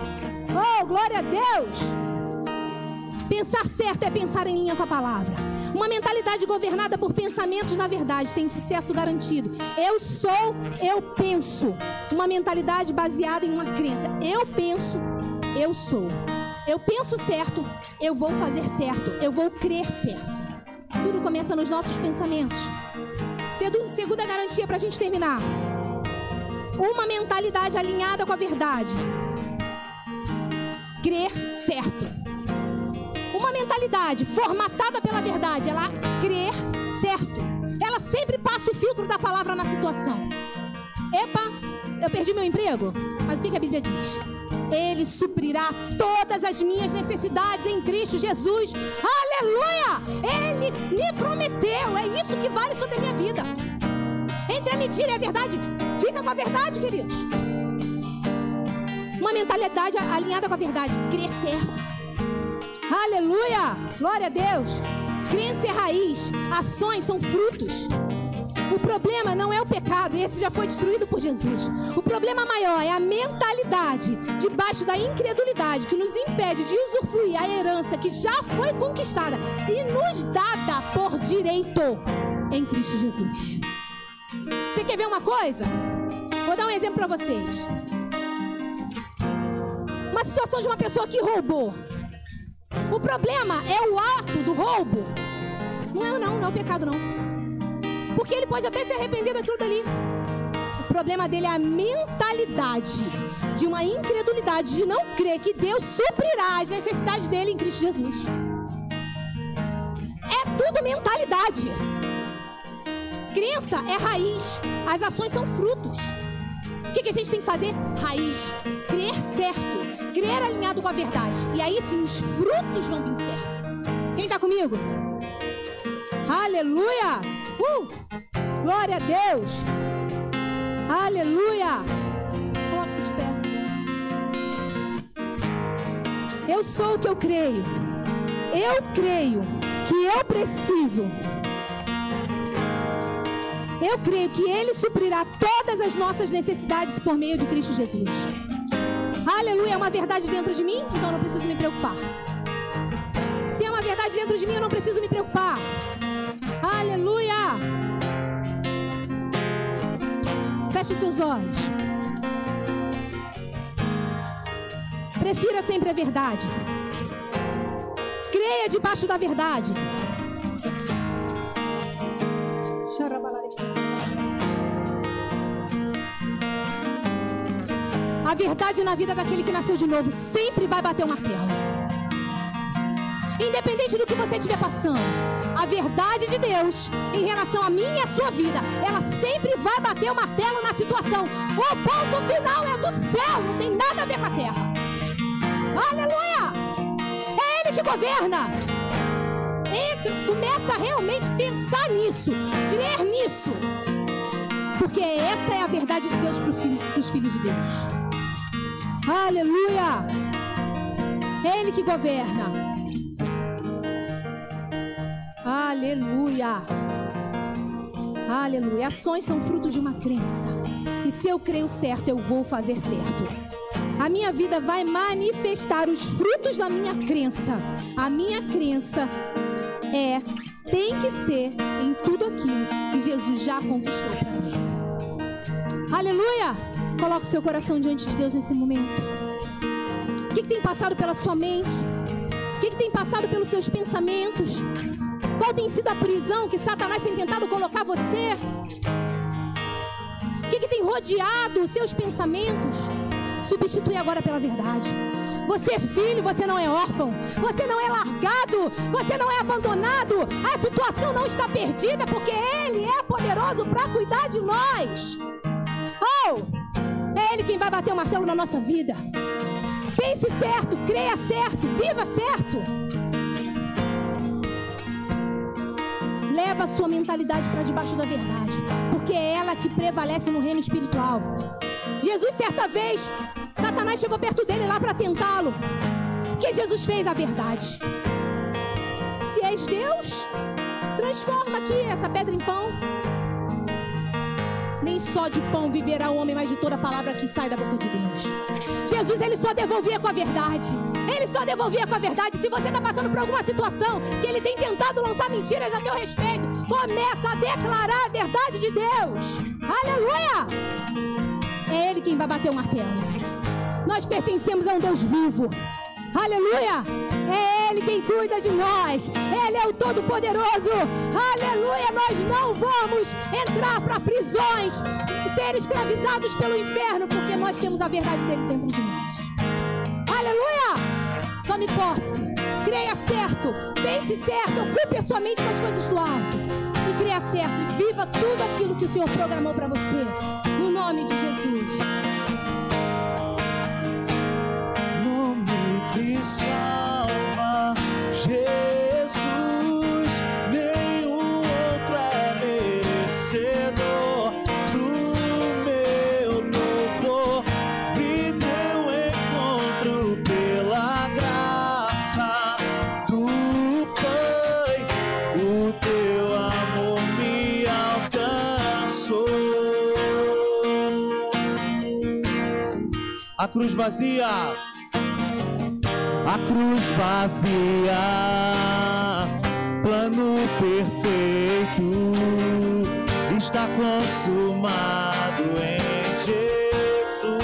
Uh! Oh, glória a Deus! Pensar certo é pensar em linha com a palavra. Uma mentalidade governada por pensamentos, na verdade, tem sucesso garantido. Eu sou, eu penso. Uma mentalidade baseada em uma crença. Eu penso, eu sou. Eu penso certo, eu vou fazer certo. Eu vou crer certo. Tudo começa nos nossos pensamentos. Segunda garantia para a gente terminar. Uma mentalidade alinhada com a verdade. Crer certo. Uma mentalidade formatada pela verdade, ela crer certo. Ela sempre passa o filtro da palavra na situação. Epa, eu perdi meu emprego? Mas o que a Bíblia diz? Ele suprirá todas as minhas necessidades em Cristo Jesus. Aleluia! Ele me prometeu. É isso que vale sobre a minha vida. Entre a mentira e a verdade, fica com a verdade, queridos. Uma mentalidade alinhada com a verdade, crer certo. Aleluia! Glória a Deus! Crença é raiz, ações são frutos. O problema não é o pecado, esse já foi destruído por Jesus. O problema maior é a mentalidade debaixo da incredulidade que nos impede de usufruir a herança que já foi conquistada e nos dada por direito em Cristo Jesus. Você quer ver uma coisa? Vou dar um exemplo para vocês. Uma situação de uma pessoa que roubou. O problema é o ato do roubo. Não é não, não é o pecado não. Porque ele pode até se arrepender daquilo dali. O problema dele é a mentalidade de uma incredulidade, de não crer que Deus suprirá as necessidades dele em Cristo Jesus. É tudo mentalidade. Crença é raiz, as ações são frutos. O que, que a gente tem que fazer? Raiz, crer certo, crer alinhado com a verdade. E aí sim os frutos vão vir certo. Quem está comigo? Aleluia! Uh! Glória a Deus! Aleluia! Coloque-se de pé. Eu sou o que eu creio. Eu creio que eu preciso. Eu creio que Ele suprirá todas as nossas necessidades por meio de Cristo Jesus. Aleluia, é uma verdade dentro de mim, então eu não preciso me preocupar. Se é uma verdade dentro de mim, eu não preciso me preocupar. Aleluia! Feche os seus olhos. Prefira sempre a verdade. Creia debaixo da verdade. A verdade na vida daquele que nasceu de novo sempre vai bater o martelo. Independente do que você estiver passando, a verdade de Deus em relação a mim e a sua vida, ela sempre vai bater o martelo na situação. O ponto final é do céu, não tem nada a ver com a terra. Aleluia! É Ele que governa. Entra, começa a realmente pensar nisso, crer nisso, porque essa é a verdade de Deus para os filhos de Deus. Aleluia! É Ele que governa. Aleluia! Aleluia! Ações são frutos de uma crença. E se eu creio certo, eu vou fazer certo. A minha vida vai manifestar os frutos da minha crença. A minha crença é, tem que ser em tudo aquilo que Jesus já conquistou para mim. Aleluia! Coloque o seu coração diante de Deus nesse momento. O que, que tem passado pela sua mente? O que, que tem passado pelos seus pensamentos? Qual tem sido a prisão que Satanás tem tentado colocar você? O que, que tem rodeado os seus pensamentos? Substitui agora pela verdade. Você é filho, você não é órfão. Você não é largado, você não é abandonado. A situação não está perdida, porque Ele é poderoso para cuidar de nós. Oh, é Ele quem vai bater o martelo na nossa vida. Pense certo, creia certo, viva certo. Leva a sua mentalidade para debaixo da verdade, porque é ela que prevalece no reino espiritual. Jesus, certa vez, Satanás chegou perto dele lá para tentá-lo. O que Jesus fez? A verdade. Se és Deus, transforma aqui essa pedra em pão. Nem só de pão viverá o homem, mas de toda palavra que sai da boca de Deus. Jesus, ele só devolvia com a verdade. Ele só devolvia com a verdade. Se você está passando por alguma situação que ele tem tentado lançar mentiras a teu respeito, começa a declarar a verdade de Deus. Aleluia! É ele quem vai bater o martelo. Nós pertencemos a um Deus vivo. Aleluia! É Ele quem cuida de nós. Ele é o Todo-Poderoso. Aleluia! Nós não vamos entrar para prisões, ser escravizados pelo inferno, porque nós temos a verdade dele dentro de nós. Aleluia! Tome posse. Creia certo. Pense certo. Ocupe a sua mente com as coisas do alto. E creia certo. E viva tudo aquilo que o Senhor programou para você. No nome de Jesus. Que salva, Jesus, nenhum outro é merecedor do meu louvor. Vi teu encontro pela graça do Pai, o teu amor me alcançou. A cruz vazia, a cruz vazia, plano perfeito, está consumado em Jesus.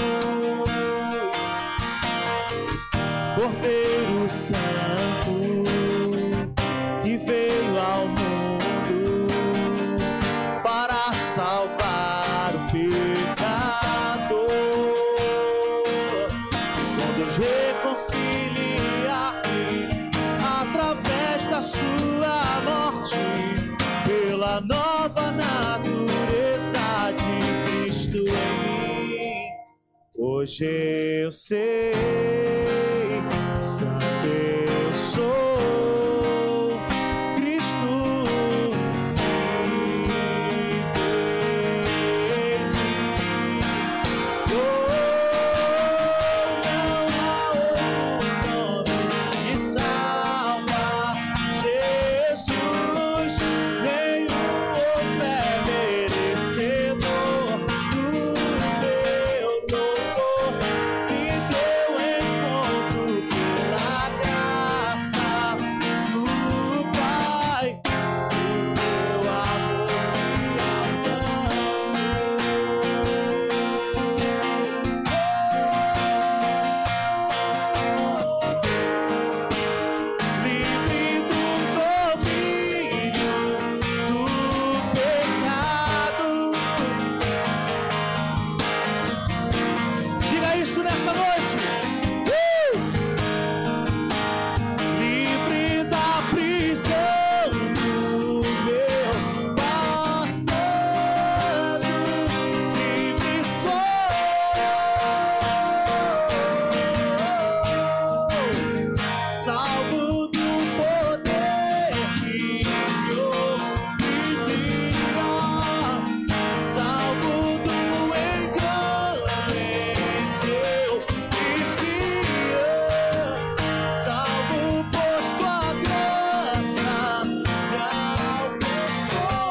Cordeiro Santo, que veio ao mundo para salvar o pecador. Quando reconciliar através da sua morte, pela nova natureza de Cristo em mim. Hoje eu sei, santo eu sou, Cristo vive em mim. Oh, não há outro nome que salva, Jesus, nenhum outro é merecedor do meu louvor. Que teu encontro pela graça do Pai, o teu amor me livre do domínio do pecado. Diga isso nessa noite. Uh! Livre da prisão do meu passado, livre sou. Salvo do poder que me oprimia, salvo do engano em que eu vivia, salvo posto a graça me alcançou.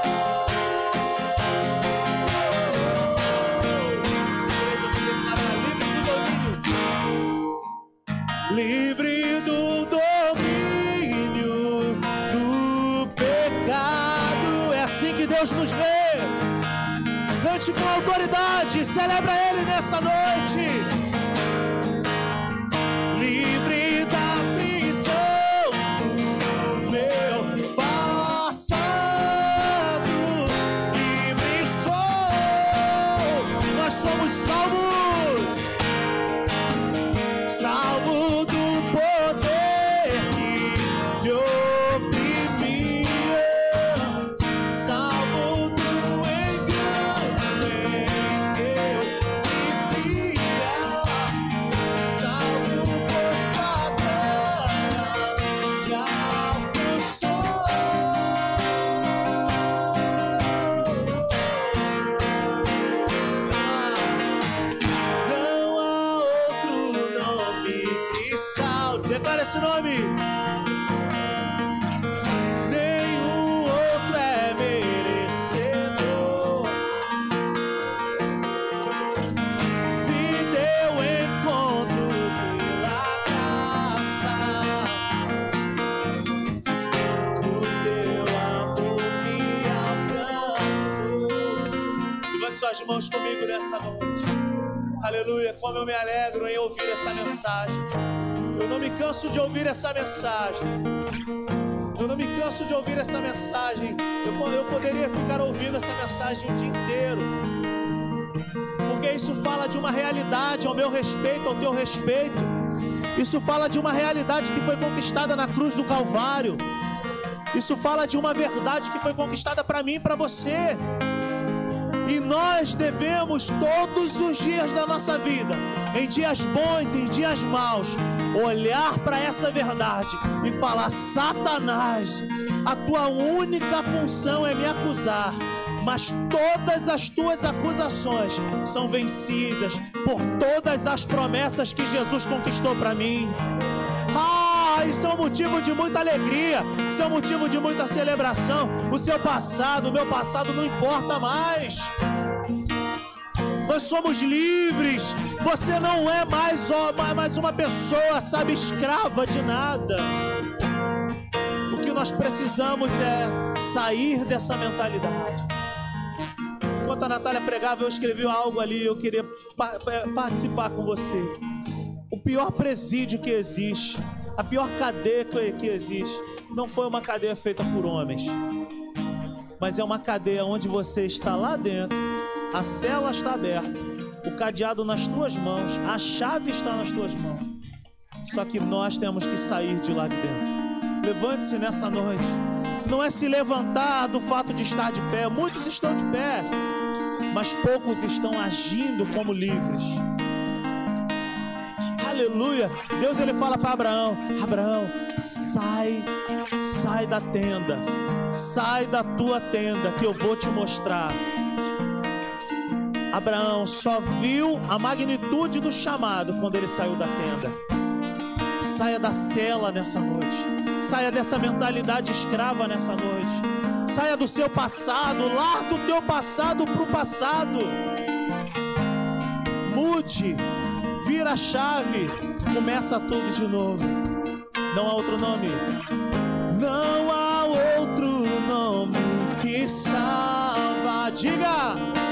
Livre do domínio do pecado. É assim que Deus nos vê. Cante com autoridade, celebra Ele nessa noite. Livre da prisão do meu passado, livre sou. Nós somos salvos. Salvo do poder que me oprimia, salvo do engano em que eu vivia, salvo por patrulha me alcançou. Não há outro nome que salve. Declara esse nome. Nenhum outro é merecedor suas mãos comigo nessa noite. Aleluia, como eu me alegro em ouvir essa mensagem. Eu não me canso de ouvir essa mensagem. Eu não me canso de ouvir essa mensagem. Eu, eu poderia ficar ouvindo essa mensagem o dia inteiro, porque isso fala de uma realidade ao meu respeito, ao teu respeito. Isso fala de uma realidade que foi conquistada na cruz do Calvário. Isso fala de uma verdade que foi conquistada para mim e para você. E nós devemos todos os dias da nossa vida, em dias bons e em dias maus, olhar para essa verdade e falar: Satanás, a tua única função é me acusar, mas todas as tuas acusações são vencidas por todas as promessas que Jesus conquistou para mim. Ah, isso é um motivo de muita alegria, isso é um motivo de muita celebração. O seu passado, o meu passado não importa mais. Nós somos livres. Você não é mais, mais uma pessoa, sabe, escrava de nada. O que nós precisamos é sair dessa mentalidade. Enquanto a Natália pregava, eu escrevi algo ali, eu queria pa- participar com você. O pior presídio que existe, a pior cadeia que, que existe, não foi uma cadeia feita por homens, mas é uma cadeia onde você está lá dentro, a cela está aberta, o cadeado nas tuas mãos, a chave está nas tuas mãos. Só que nós temos que sair de lá de dentro. Levante-se nessa noite. Não é se levantar do fato de estar de pé. Muitos estão de pé, mas poucos estão agindo como livres. Aleluia. Deus, ele fala para Abraão: Abraão, sai, sai da tenda, sai da tua tenda que eu vou te mostrar. Abraão só viu a magnitude do chamado quando ele saiu da tenda. Saia da cela nessa noite. Saia dessa mentalidade escrava nessa noite. Saia do seu passado. Larga o teu passado pro passado. Mude. Vira a chave. Começa tudo de novo. Não há outro nome. Não há outro nome que salva. Diga.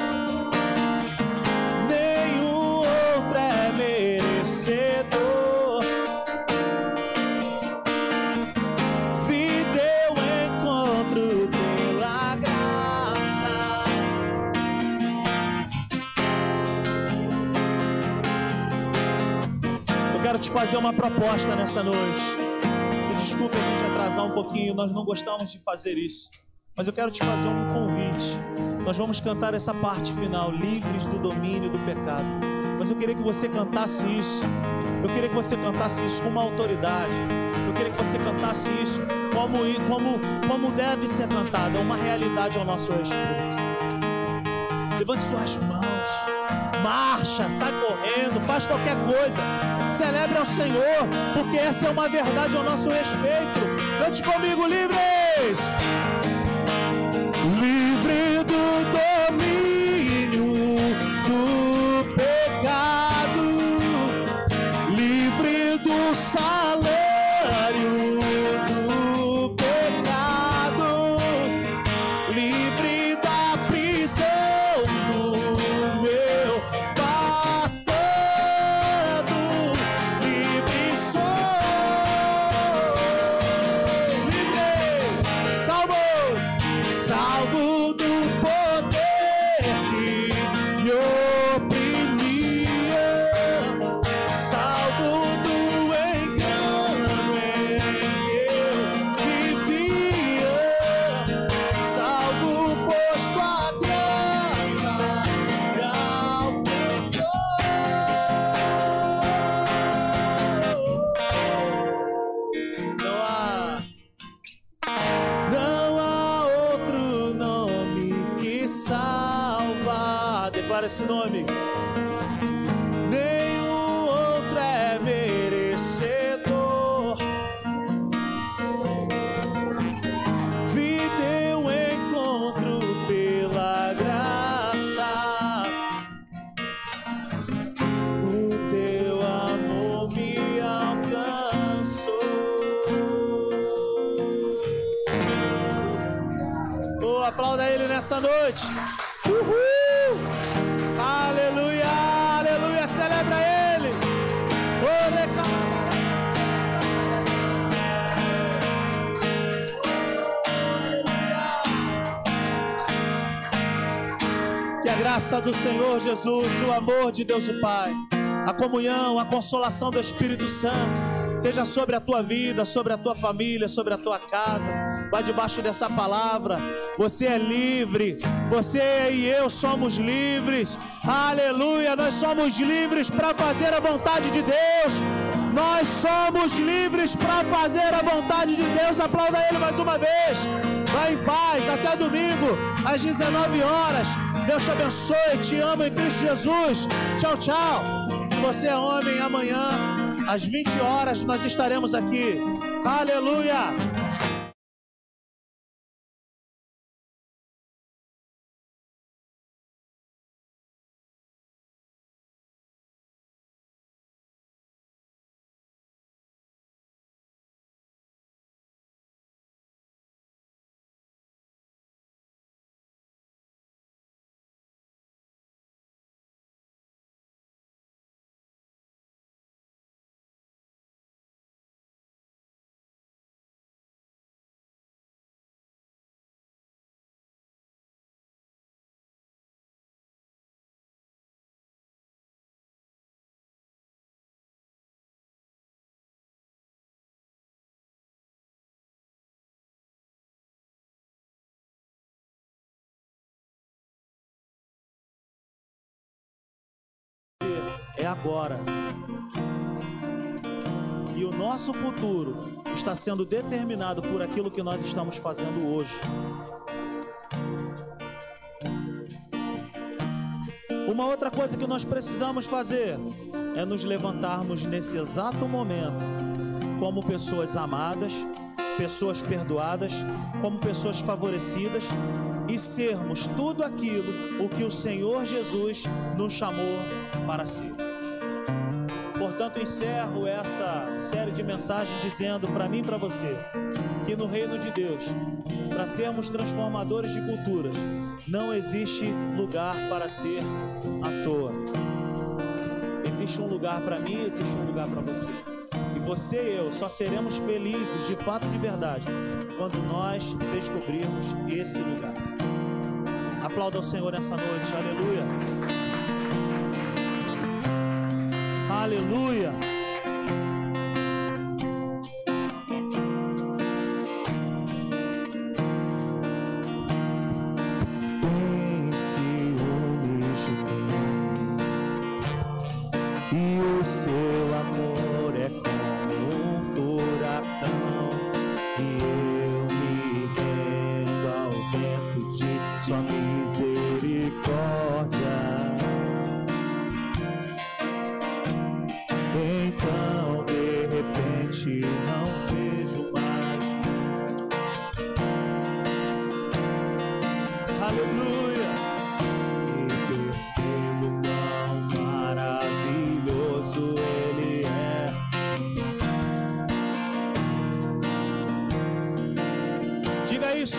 Nenhum outro é merecedor. Quero te fazer uma proposta nessa noite. Se desculpe a gente atrasar um pouquinho, nós não gostamos de fazer isso, mas eu quero te fazer um convite. Nós vamos cantar essa parte final, livres do domínio do pecado. Mas eu queria que você cantasse isso. Eu queria que você cantasse isso com uma autoridade. Eu queria que você cantasse isso como, como, como deve ser cantado. É uma realidade ao nosso respeito. Levante suas mãos. Marcha, sai correndo, faz qualquer coisa. Celebre ao Senhor, porque essa é uma verdade ao nosso respeito. Cante comigo, livres! Livre do domínio do pecado, livre do salário do pecado, livre da prisão. Esse nome. Nenhum outro é merecedor. Vi teu encontro pela graça. O teu amor me alcançou. Oh, aplauda ele nessa noite. Uhul! graça do Senhor Jesus, o amor de Deus o Pai, a comunhão, a consolação do Espírito Santo seja sobre a tua vida, sobre a tua família, sobre a tua casa. Vai debaixo dessa palavra. Você é livre. Você e eu somos livres. Aleluia. Nós somos livres para fazer a vontade de Deus. Nós somos livres para fazer a vontade de Deus. Aplauda Ele mais uma vez. Vai em paz. Até domingo, às dezenove horas. Deus te abençoe. Te amo em Cristo Jesus. Tchau, tchau. Se você é homem, amanhã às vinte horas nós estaremos aqui. Aleluia! É agora. E o nosso futuro está sendo determinado por aquilo que nós estamos fazendo hoje. Uma outra coisa que nós precisamos fazer é nos levantarmos nesse exato momento como pessoas amadas, pessoas perdoadas, como pessoas favorecidas e sermos tudo aquilo o que o Senhor Jesus nos chamou para ser. Portanto, encerro essa série de mensagens dizendo para mim e para você que no reino de Deus, para sermos transformadores de culturas, não existe lugar para ser à toa. Existe um lugar para mim, existe um lugar para você. E você e eu só seremos felizes, de fato, de verdade, quando nós descobrirmos esse lugar. Aplauda o Senhor nessa noite, aleluia. Aleluia. Tem ciúmes de mim, e o seu amor é como um furacão, e eu me rendo ao vento de sua misericórdia. Então, de repente, não vejo mais. Aleluia! E percebo quão maravilhoso Ele é. Diga isso!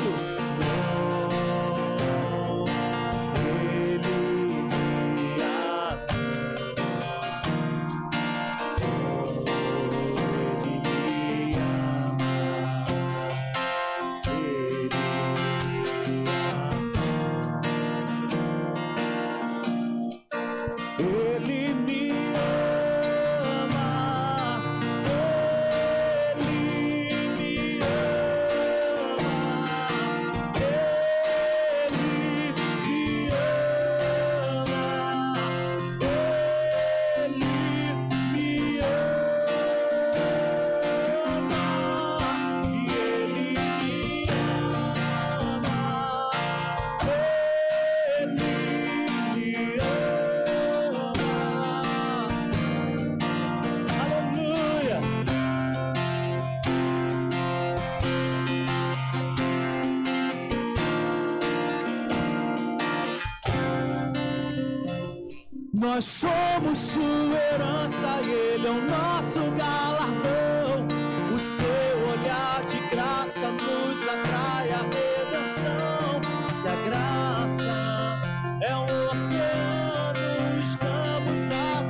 Nós somos sua herança e Ele é o nosso galardão. O seu olhar de graça nos atrai à redenção. Se a graça é um oceano, estamos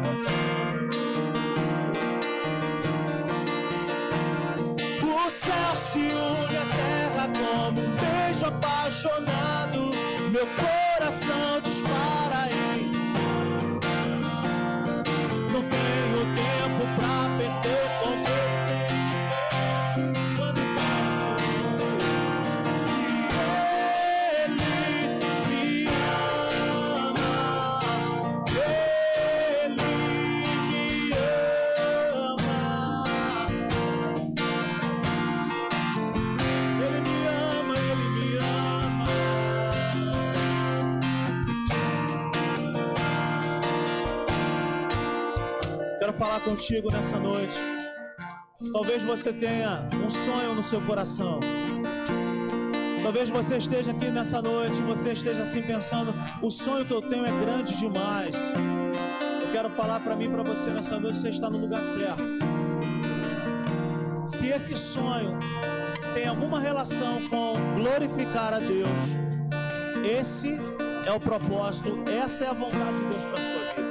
afogando. O céu se une à terra como um beijo apaixonado. Meu coração dispara Quero falar contigo nessa noite. Talvez você tenha um sonho no seu coração. Talvez você esteja aqui nessa noite, você esteja assim pensando, o sonho que eu tenho é grande demais. Eu quero falar para mim e para você nessa noite, você está no lugar certo. Se esse sonho tem alguma relação com glorificar a Deus, esse é o propósito, essa é a vontade de Deus para a sua vida.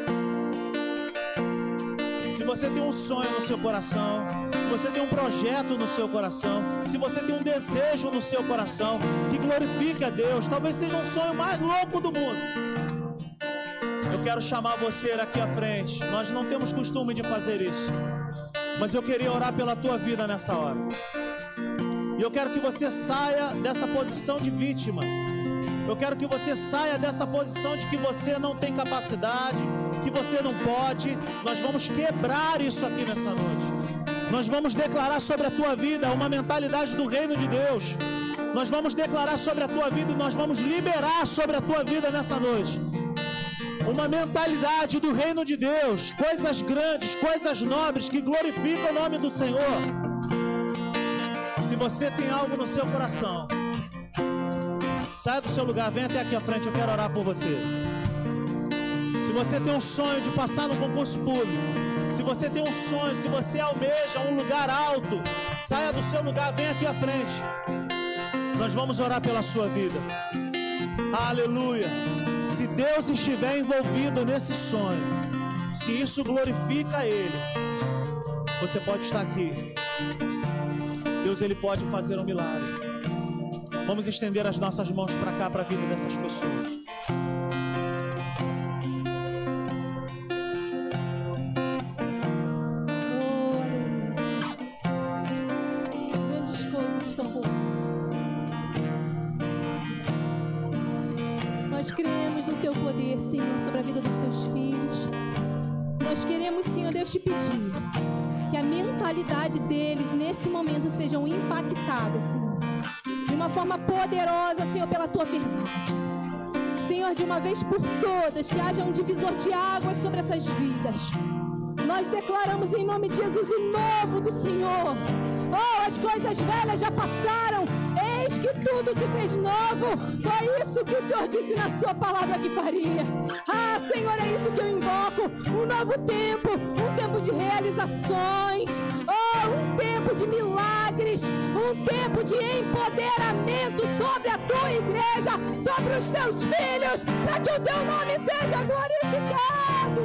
Se você tem um sonho no seu coração, se você tem um projeto no seu coração, se você tem um desejo no seu coração que glorifique a Deus, talvez seja um sonho mais louco do mundo, eu quero chamar você aqui à frente. Nós não temos costume de fazer isso, mas eu queria orar pela tua vida nessa hora. E eu quero que você saia dessa posição de vítima. Eu quero que você saia dessa posição de que você não tem capacidade, que você não pode. Nós vamos quebrar isso aqui nessa noite. Nós vamos declarar sobre a tua vida uma mentalidade do reino de Deus. Nós vamos declarar sobre a tua vida e nós vamos liberar sobre a tua vida nessa noite uma mentalidade do reino de Deus, coisas grandes, coisas nobres que glorificam o nome do Senhor. Se você tem algo no seu coração, saia do seu lugar, vem até aqui à frente, eu quero orar por você. Se você tem um sonho de passar no concurso público, se você tem um sonho, se você almeja um lugar alto, saia do seu lugar, vem aqui à frente. Nós vamos orar pela sua vida. Aleluia. Se Deus estiver envolvido nesse sonho, se isso glorifica Ele, você pode estar aqui. Deus, Ele pode fazer um milagre. Vamos estender as nossas mãos para cá, para a vida dessas pessoas. Grandes coisas estão por vir. Nós cremos no Teu poder, Senhor, sobre a vida dos Teus filhos. Nós queremos, Senhor Deus, te pedir que a mentalidade deles nesse momento sejam impactados, Senhor, de uma forma poderosa, Senhor, pela Tua verdade. Senhor, de uma vez por todas, que haja um divisor de águas sobre essas vidas. Nós declaramos em nome de Jesus o novo do Senhor. Oh, as coisas velhas já passaram, eis que tudo se fez novo. Foi isso que o Senhor disse na sua palavra que faria. Ah, Senhor, é isso que eu invoco. Um novo tempo, um tempo de realizações. Oh, um tempo de milagres, um tempo de empoderamento sobre a tua igreja, sobre os teus filhos, para que o teu nome seja glorificado,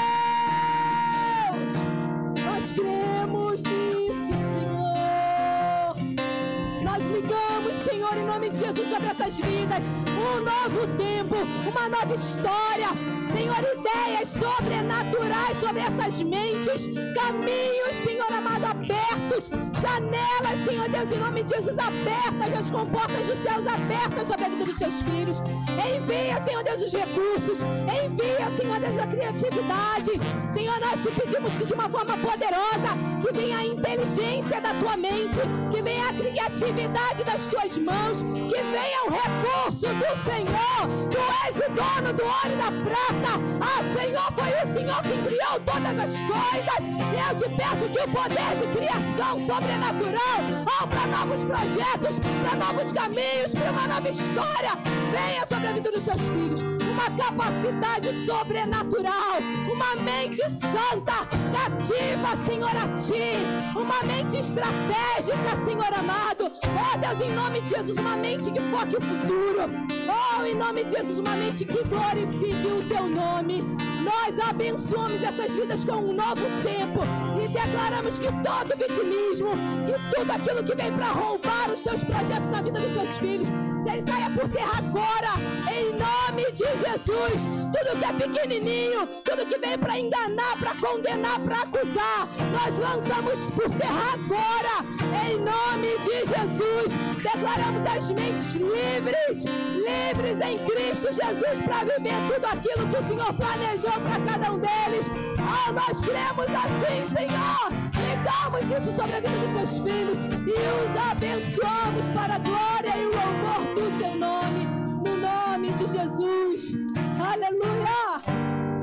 Deus. Nós cremos nisso, Senhor. Nós ligamos, Senhor, em nome de Jesus, sobre essas vidas um novo tempo, uma nova história, Senhor, ideias sobrenaturais sobre essas mentes, caminhos, Senhor amado, abertos, janelas, Senhor Deus, em nome de Jesus, abertas, as comportas dos céus abertas sobre a vida dos seus filhos. Envia, Senhor Deus, os recursos, envia, Senhor Deus, a criatividade. Senhor, nós te pedimos que de uma forma poderosa, que venha a inteligência da tua mente, que venha a criatividade das tuas mãos, que venha o recurso do Senhor. Tu és o dono do ouro e da prata. Ah, Senhor, foi o Senhor que criou todas as coisas. E eu te peço que o poder de criação sobrenatural, oh, para novos projetos, para novos caminhos, para uma nova história, venha sobre a vida dos seus filhos. Uma capacidade sobrenatural, uma mente santa, cativa, Senhor, a ti, uma mente estratégica, Senhor amado. Oh, Deus, em nome de Jesus, uma mente que foque o futuro. Oh, em nome de Jesus, uma mente que glorifique o teu nome. Nós abençoamos essas vidas com um novo tempo e declaramos que todo vitimismo, que tudo aquilo que vem para roubar os seus projetos na vida dos seus filhos, se caia por terra agora, em nome de Jesus. Tudo que é pequenininho, tudo que vem para enganar, para condenar, para acusar, nós lançamos por terra agora, em nome de Jesus. Declaramos as mentes livres, livres em Cristo Jesus, para viver tudo aquilo que o Senhor planejou para cada um deles. Oh, nós cremos assim, Senhor. Ligamos isso sobre a vida dos seus filhos e os abençoamos para a glória e o louvor do teu nome, no nome de Jesus. Aleluia.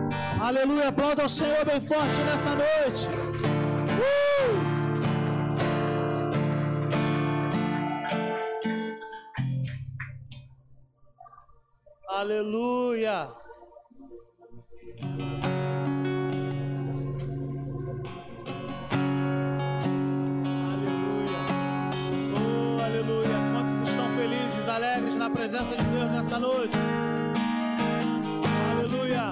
Aleluia, aplauda ao Senhor bem forte nessa noite. Uh! Aleluia. Aleluia. Oh, aleluia. Quantos estão felizes, alegres na presença de Deus nessa noite? Aleluia.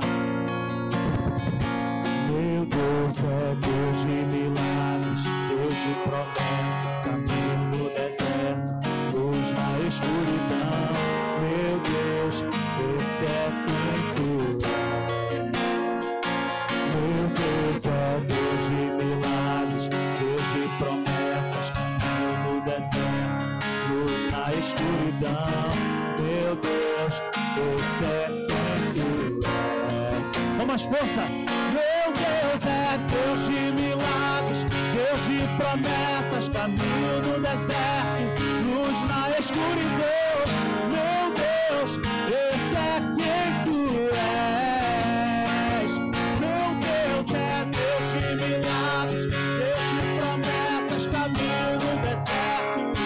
Meu Deus é Deus de milagres, Deus de promessa, caminho no deserto, luz na escuridão. Meu Deus, esse é quem tu és. Meu Deus é Deus de milagres, Deus de promessas, caminho no deserto, luz na escuridão. Meu Deus, esse é quem tu és. Com mais força. Meu Deus é Deus de milagres, Deus de promessas, caminho no deserto, luz na escuridão. Meu Deus, esse é quem tu és. Meu Deus é Deus de milagres, Deus de promessas, caminho no deserto.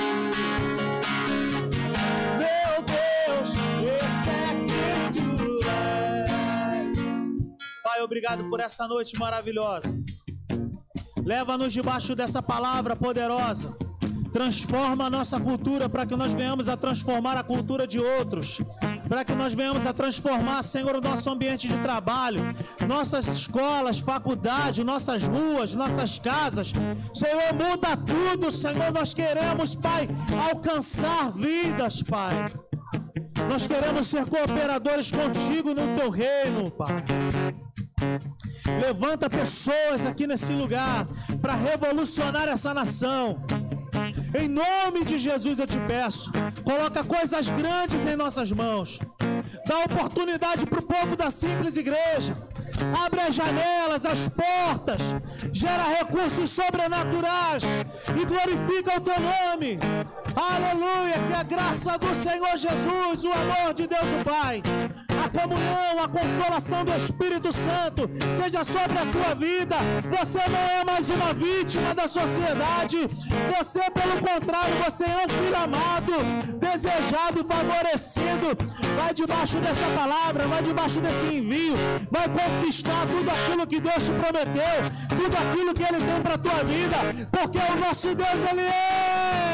Meu Deus, esse é quem tu és. Pai, obrigado por essa noite maravilhosa. Leva-nos debaixo dessa palavra poderosa. Transforma a nossa cultura para que nós venhamos a transformar a cultura de outros. Para que nós venhamos a transformar, Senhor, o nosso ambiente de trabalho, nossas escolas, faculdades, nossas ruas, nossas casas. Senhor, muda tudo, Senhor. Nós queremos, Pai, alcançar vidas, Pai. Nós queremos ser cooperadores contigo no teu reino, Pai. Levanta pessoas aqui nesse lugar para revolucionar essa nação. Em nome de Jesus eu te peço, coloca coisas grandes em nossas mãos. Dá oportunidade para o povo da simples igreja. Abre as janelas, as portas, gera recursos sobrenaturais e glorifica o teu nome. Aleluia, que a graça do Senhor Jesus, o amor de Deus o Pai, a comunhão, a consolação do Espírito Santo seja sobre a tua vida. Você não é mais uma vítima da sociedade. Você, pelo contrário, você é um filho amado, desejado, favorecido. Vai debaixo dessa palavra, vai debaixo desse envio, vai conquistar tudo aquilo que Deus te prometeu, tudo aquilo que Ele tem para a tua vida, porque o nosso Deus, Ele é...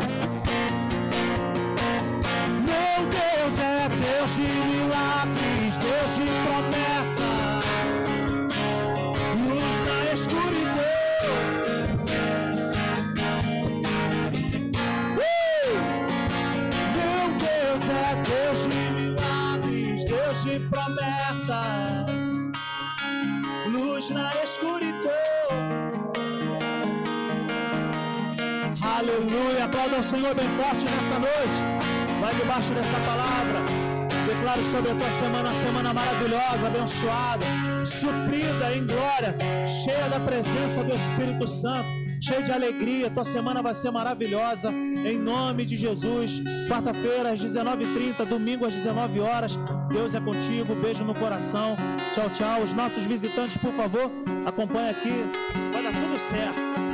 Meu Deus é Deus de milagres, Deus de promessa, luz na escuridão. Uh! Meu Deus é Deus de milagres, Deus de promessas, luz na escuridão. Aleluia, aplauda ao Senhor bem forte nessa noite. Vai debaixo dessa palavra. Declaro sobre a tua semana, uma semana maravilhosa, abençoada, suprida em glória, cheia da presença do Espírito Santo, cheia de alegria. Tua semana vai ser maravilhosa, em nome de Jesus. Quarta-feira às dezenove e trinta, domingo às dezenove horas. Deus é contigo, beijo no coração. Tchau, tchau. Os nossos visitantes, por favor, acompanhem aqui. Vai dar tudo certo.